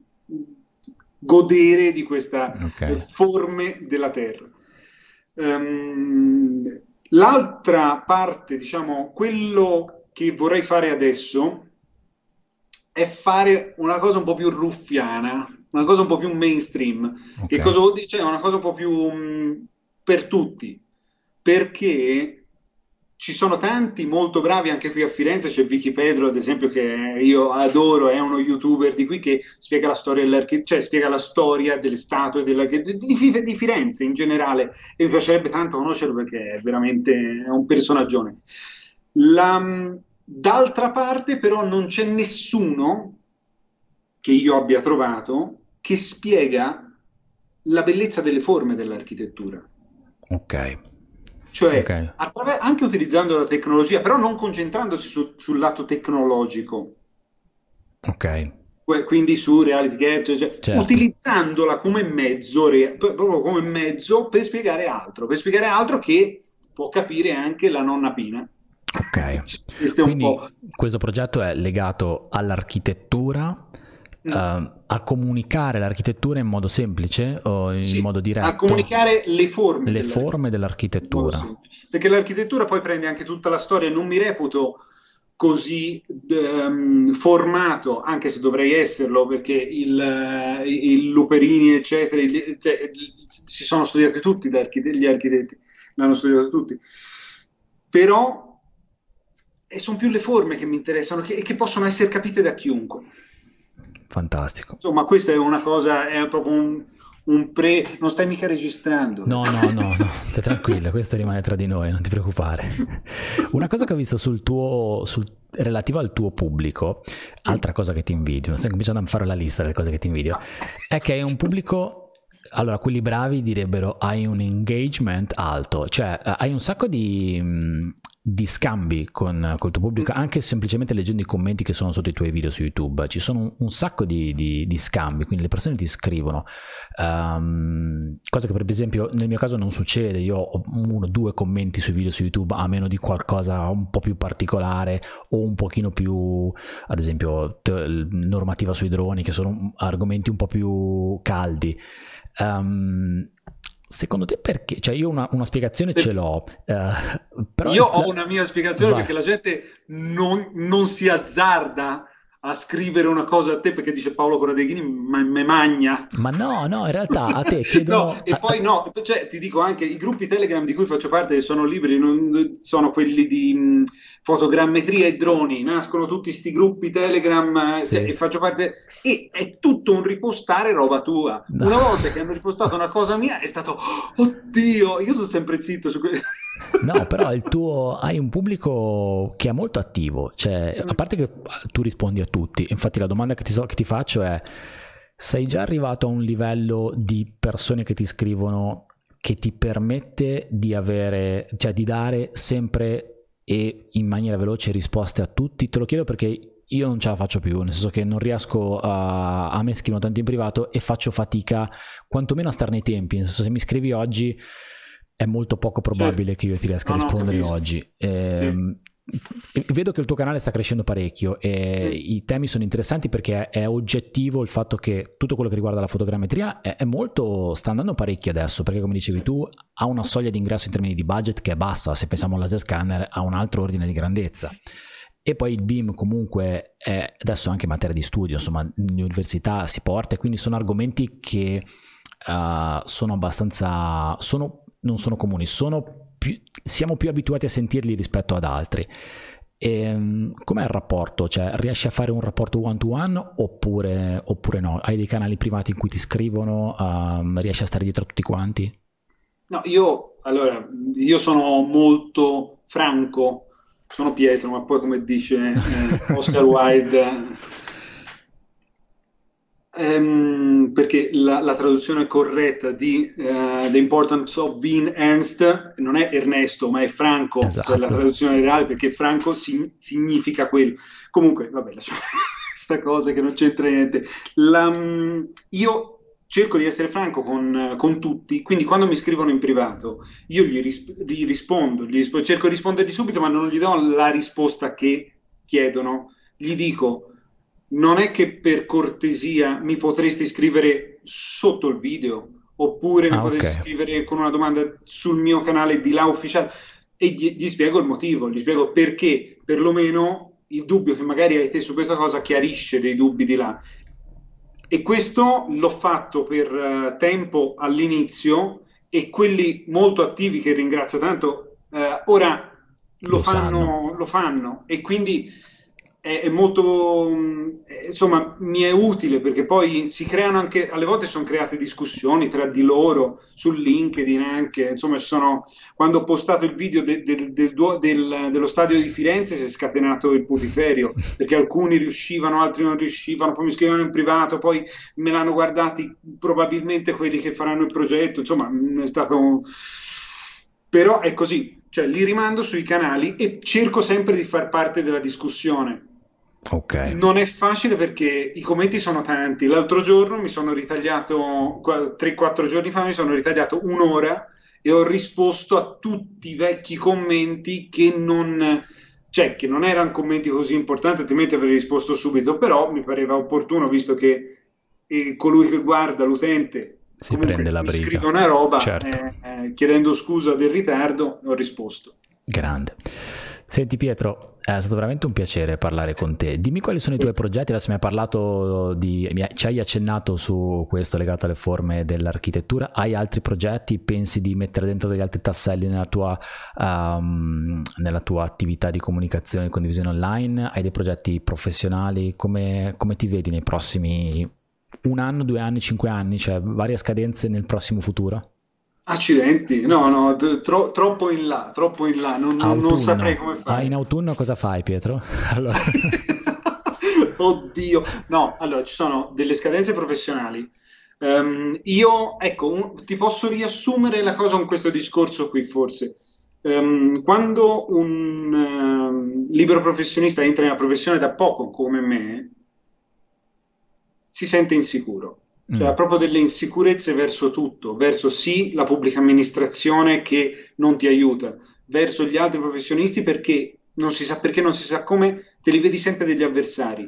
godere di questa okay. forme della terra. Um, l'altra parte, diciamo, quello che vorrei fare adesso è fare una cosa un po' più ruffiana, una cosa un po' più mainstream. Okay. Che cosa vuol dire? Cioè, una cosa un po' più mh, per tutti, perché ci sono tanti molto bravi anche qui a Firenze. C'è Vicky Pedro, ad esempio, che io adoro, è uno youtuber di qui che spiega la storia dell'architettura, cioè spiega la storia delle statue della, di, di, di Firenze in generale, e mi piacerebbe tanto conoscerlo perché è veramente è un personaggione. La, d'altra parte però non c'è nessuno che io abbia trovato che spiega la bellezza delle forme dell'architettura. Ok. Cioè, okay. attraver- anche utilizzando la tecnologia, però non concentrandosi su, sul lato tecnologico. Ok. Quindi su reality capture, cioè, certo. utilizzandola come mezzo, re- proprio come mezzo per spiegare altro, per spiegare altro che può capire anche la nonna Pina. Ok, questo, quindi un po'... questo progetto è legato all'architettura, mm. uh, a comunicare l'architettura in modo semplice o in sì, modo diretto? A comunicare le forme, le dell'architettura. forme dell'architettura. Perché l'architettura poi prende anche tutta la storia, non mi reputo così um, formato, anche se dovrei esserlo, perché il, il Luperini, eccetera, il, cioè, si sono studiati tutti da architetti, gli architetti, l'hanno studiato tutti. Però e sono più le forme che mi interessano e che, che possono essere capite da chiunque. Fantastico. Insomma, questa è una cosa, è proprio un, un pre... Non stai mica registrando? No, no, no, no, stai tranquilla, questo rimane tra di noi, non ti preoccupare. Una cosa che ho visto sul tuo, sul, relativo al tuo pubblico, altra cosa che ti invidio, sto cominciando a fare la lista delle cose che ti invidio, è che hai un pubblico, allora quelli bravi direbbero hai un engagement alto, cioè hai un sacco di... di scambi con col tuo pubblico, anche semplicemente leggendo i commenti che sono sotto i tuoi video su YouTube. Ci sono un, un sacco di, di, di scambi, quindi le persone ti scrivono, um, cosa che per esempio nel mio caso non succede. Io ho uno o due commenti sui video su YouTube, a meno di qualcosa un po' più particolare o un pochino più, ad esempio t- normativa sui droni, che sono argomenti un po' più caldi. um, Secondo te perché? Cioè io una, una spiegazione ce l'ho. Uh, però io il... ho una mia spiegazione. Vai. Perché la gente non, non si azzarda a scrivere una cosa a te perché dice Paolo Coradeghini ma me magna. Ma no, no, in realtà a te chiedono... no, e poi no, cioè ti dico anche i gruppi Telegram di cui faccio parte sono liberi, non sono quelli di mh, fotogrammetria e droni, nascono tutti sti gruppi Telegram, sì. Cioè, e faccio parte... E è tutto un ripostare roba tua. No. Una volta che hanno ripostato una cosa mia è stato oddio, io sono sempre zitto su questo. No, però il tuo hai un pubblico che è molto attivo, cioè a parte che tu rispondi a tutti. Infatti la domanda che ti, che ti faccio è: sei già arrivato a un livello di persone che ti scrivono che ti permette di avere, cioè di dare sempre e in maniera veloce risposte a tutti? Te lo chiedo perché io non ce la faccio più, nel senso che non riesco a, a me scrivono tanto in privato e faccio fatica quantomeno a stare nei tempi, nel senso se mi scrivi oggi è molto poco probabile certo. che io ti riesca no, a rispondere no, oggi. Eh, sì. Vedo che il tuo canale sta crescendo parecchio e sì. i temi sono interessanti perché è oggettivo il fatto che tutto quello che riguarda la fotogrammetria è, è molto, sta andando parecchio adesso, perché come dicevi tu ha una soglia di ingresso in termini di budget che è bassa. Se pensiamo al laser scanner ha un altro ordine di grandezza. E poi il B I M comunque è adesso anche materia di studio, insomma l'università si porta, e quindi sono argomenti che uh, sono abbastanza, sono, non sono comuni, sono più, siamo più abituati a sentirli rispetto ad altri. E, um, com'è il rapporto? Cioè riesci a fare un rapporto one to one oppure, oppure no? Hai dei canali privati in cui ti scrivono, um, riesci a stare dietro a tutti quanti? No, io, allora, io sono molto franco. Sono Pietro, ma poi come dice eh, Oscar Wilde, ehm, perché la, la traduzione corretta di uh, The Importance of Being Ernst non è Ernesto, ma è Franco, esatto. Per la traduzione reale, perché Franco si, significa quello. Comunque, vabbè, lasciamo questa cosa che non c'entra niente. La, io cerco di essere franco con, con tutti, quindi quando mi scrivono in privato io gli, ris- gli rispondo, gli rispo- cerco di rispondergli subito, ma non gli do la risposta che chiedono. Gli dico, non è che per cortesia mi potresti scrivere sotto il video, oppure mi ah, potresti okay. scrivere con una domanda sul mio canale di là ufficiale, e gli, gli spiego il motivo, gli spiego perché, perlomeno il dubbio che magari hai te su questa cosa chiarisce dei dubbi di là. E questo l'ho fatto per uh, tempo all'inizio, e quelli molto attivi, che ringrazio tanto, uh, ora lo, lo fanno, lo fanno, e quindi è, è molto, um, insomma, mi è utile, perché poi si creano anche, alle volte sono create discussioni tra di loro, su LinkedIn anche, insomma, ci sono, quando ho postato il video de, de, del, del, dello stadio di Firenze si è scatenato il putiferio, perché alcuni riuscivano, altri non riuscivano, poi mi scrivevano in privato, poi me l'hanno guardati probabilmente quelli che faranno il progetto, insomma, è stato... Però è così, cioè li rimando sui canali e cerco sempre di far parte della discussione. Okay. Non è facile perché i commenti sono tanti. L'altro giorno mi sono ritagliato, tre quattro giorni fa mi sono ritagliato un'ora e ho risposto a tutti i vecchi commenti che non, cioè, che non erano commenti così importanti, altrimenti avrei risposto subito, però mi pareva opportuno, visto che eh, colui che guarda, l'utente, si prende la briga, scrive una roba, certo. eh, eh, chiedendo scusa del ritardo, ho risposto. Grande. Senti Pietro, è stato veramente un piacere parlare con te. Dimmi quali sono i tuoi progetti. Adesso mi hai parlato di, mi hai, ci hai accennato su questo legato alle forme dell'architettura. Hai altri progetti? Pensi di mettere dentro degli altri tasselli nella tua, um, nella tua attività di comunicazione e condivisione online? Hai dei progetti professionali? Come, come ti vedi nei prossimi un anno, due anni, cinque anni, cioè varie scadenze nel prossimo futuro? Accidenti, no, no, t- tro- troppo in là, troppo in là, non, non- non saprei come Autunno. Ah, in fare. autunno cosa fai, Pietro? Allora. Oddio, no, allora ci sono delle scadenze professionali. Ehm, io, ecco, un- ti posso riassumere la cosa con questo discorso qui, forse. Ehm, quando un ehm, libero professionista entra in una professione da poco come me, si sente insicuro, cioè ha Mm, proprio delle insicurezze verso tutto, verso sì la pubblica amministrazione che non ti aiuta, verso gli altri professionisti perché non si sa perché non si sa come, te li vedi sempre degli avversari,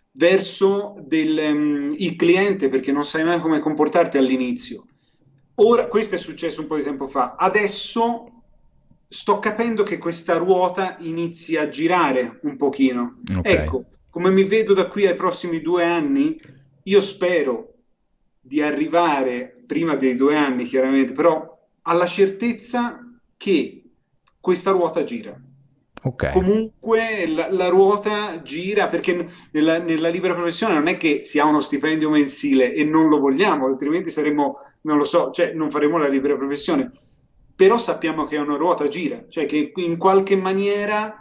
verso del, um, il cliente perché non sai mai come comportarti all'inizio. Ora, questo è successo un po' di tempo fa, adesso sto capendo che questa ruota inizia a girare un pochino. ok, Ecco, come mi vedo da qui ai prossimi due anni, io spero di arrivare prima dei due anni, chiaramente, però alla certezza che questa ruota gira. ok. Comunque la, la ruota gira perché nella, nella libera professione non è che si ha uno stipendio mensile e non lo vogliamo, altrimenti saremmo, non lo so, cioè non faremo la libera professione. Però sappiamo che è una ruota gira, cioè che in qualche maniera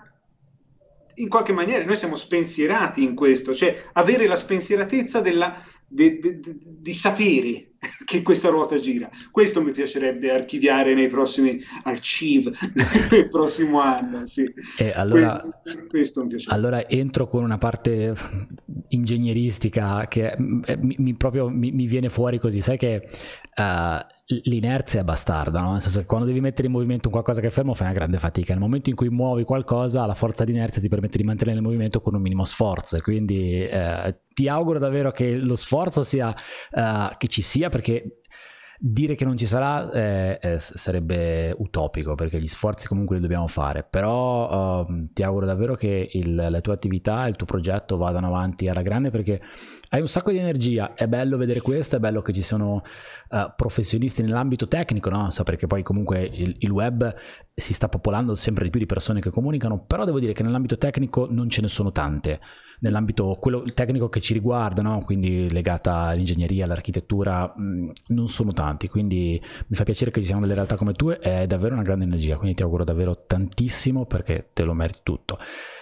in qualche maniera noi siamo spensierati in questo, cioè avere la spensieratezza della, de, de, de, di sapere che questa ruota gira. Questo mi piacerebbe archiviare nei prossimi archive nel prossimo anno. Sì. E Que- allora, questo mi piacerebbe. allora entro con una parte ingegneristica che eh, mi, mi proprio mi, mi viene fuori così, sai che uh, l'inerzia è bastarda, no? Nel senso che quando devi mettere in movimento un qualcosa che è fermo fai una grande fatica, nel momento in cui muovi qualcosa la forza di inerzia ti permette di mantenere il movimento con un minimo sforzo, e quindi eh, ti auguro davvero che lo sforzo sia uh, che ci sia, perché dire che non ci sarà eh, eh, sarebbe utopico, perché gli sforzi comunque li dobbiamo fare, però uh, ti auguro davvero che il, la tua attività, il tuo progetto vadano avanti alla grande, perché hai un sacco di energia, è bello vedere questo, è bello che ci sono uh, professionisti nell'ambito tecnico, no? So, perché poi comunque il, il web si sta popolando sempre di più di persone che comunicano, però devo dire che nell'ambito tecnico non ce ne sono tante, nell'ambito quello il tecnico che ci riguarda, no? Quindi legata all'ingegneria, all'architettura, mh, non sono tanti, quindi mi fa piacere che ci siano delle realtà come tu, è davvero una grande energia, quindi ti auguro davvero tantissimo perché te lo meriti tutto.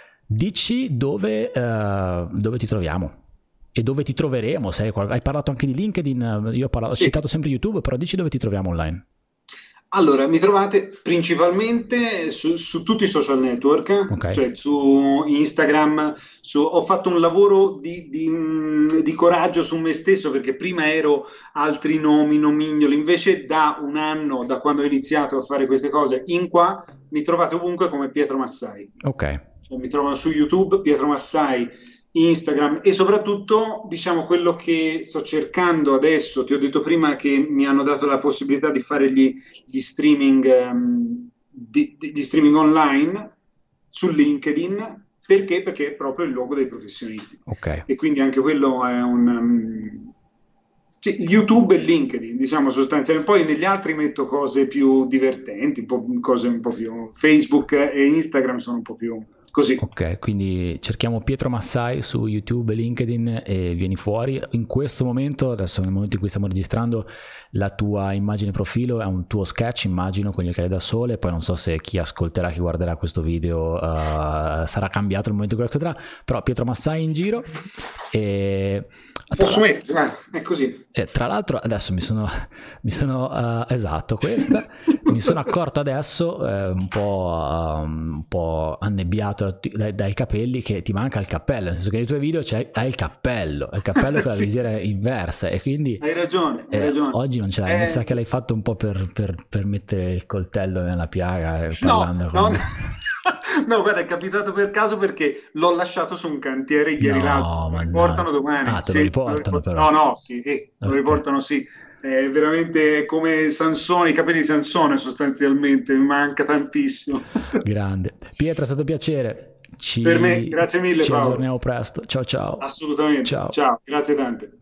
Dici dove, uh, dove ti troviamo e dove ti troveremo, se hai, qual- hai parlato anche di LinkedIn, io ho, parlato, ho Sì. citato sempre YouTube, però dici dove ti troviamo online. Allora, mi trovate principalmente su, su tutti i social network, Ok, cioè su Instagram, su- ho fatto un lavoro di, di, mh, di coraggio su me stesso perché prima ero altri nomi, nomignoli, invece da un anno, da quando ho iniziato a fare queste cose, in qua mi trovate ovunque come Pietro Massai. ok, Cioè, mi trovano su YouTube, Pietro Massai, Instagram e soprattutto, diciamo, quello che sto cercando adesso, ti ho detto prima che mi hanno dato la possibilità di fare gli, gli streaming, ehm, di, di- di streaming online su LinkedIn, perché? Perché è proprio il luogo dei professionisti. ok. E quindi anche quello è un... um, sì, YouTube e LinkedIn, diciamo sostanzialmente. Poi negli altri metto cose più divertenti, un po', cose un po' più... Facebook e Instagram sono un po' più così. Ok, quindi cerchiamo Pietro Massai su YouTube e LinkedIn e vieni fuori. In questo momento, adesso nel momento in cui stiamo registrando, la tua immagine profilo è un tuo sketch, immagino, con gli occhiali da sole. Poi non so se chi ascolterà, chi guarderà questo video uh, sarà cambiato il momento in cui lo ascolterà, però Pietro Massai in giro. E Posso mettere, vai, è così. E tra l'altro adesso mi sono, mi sono uh, esatto questa, mi sono accorto adesso eh, un po', um, un po' annebbiato dai, dai capelli che ti manca il cappello, nel senso che nei tuoi video c'è, hai il cappello, il cappello con la Sì, visiera inversa, e quindi hai ragione, hai eh, ragione. oggi non ce l'hai, mi Eh, sa che l'hai fatto un po' per, per, per mettere il coltello nella piaga eh, no, parlando no, con... no, guarda, è capitato per caso perché l'ho lasciato su un cantiere ieri l'altro, No, lo riportano mannaggia. domani. Ah, te lo Sì, lo riportano riport- però. no, no, sì, eh, lo Ok. riportano, sì. È veramente come Sansone, i capelli di Sansone sostanzialmente, mi manca tantissimo. Grande. Pietro, è stato un piacere. Per me, Ci, grazie mille ci Paolo, aggiorniamo presto. Ciao ciao. assolutamente. Ciao. Ciao, grazie tante.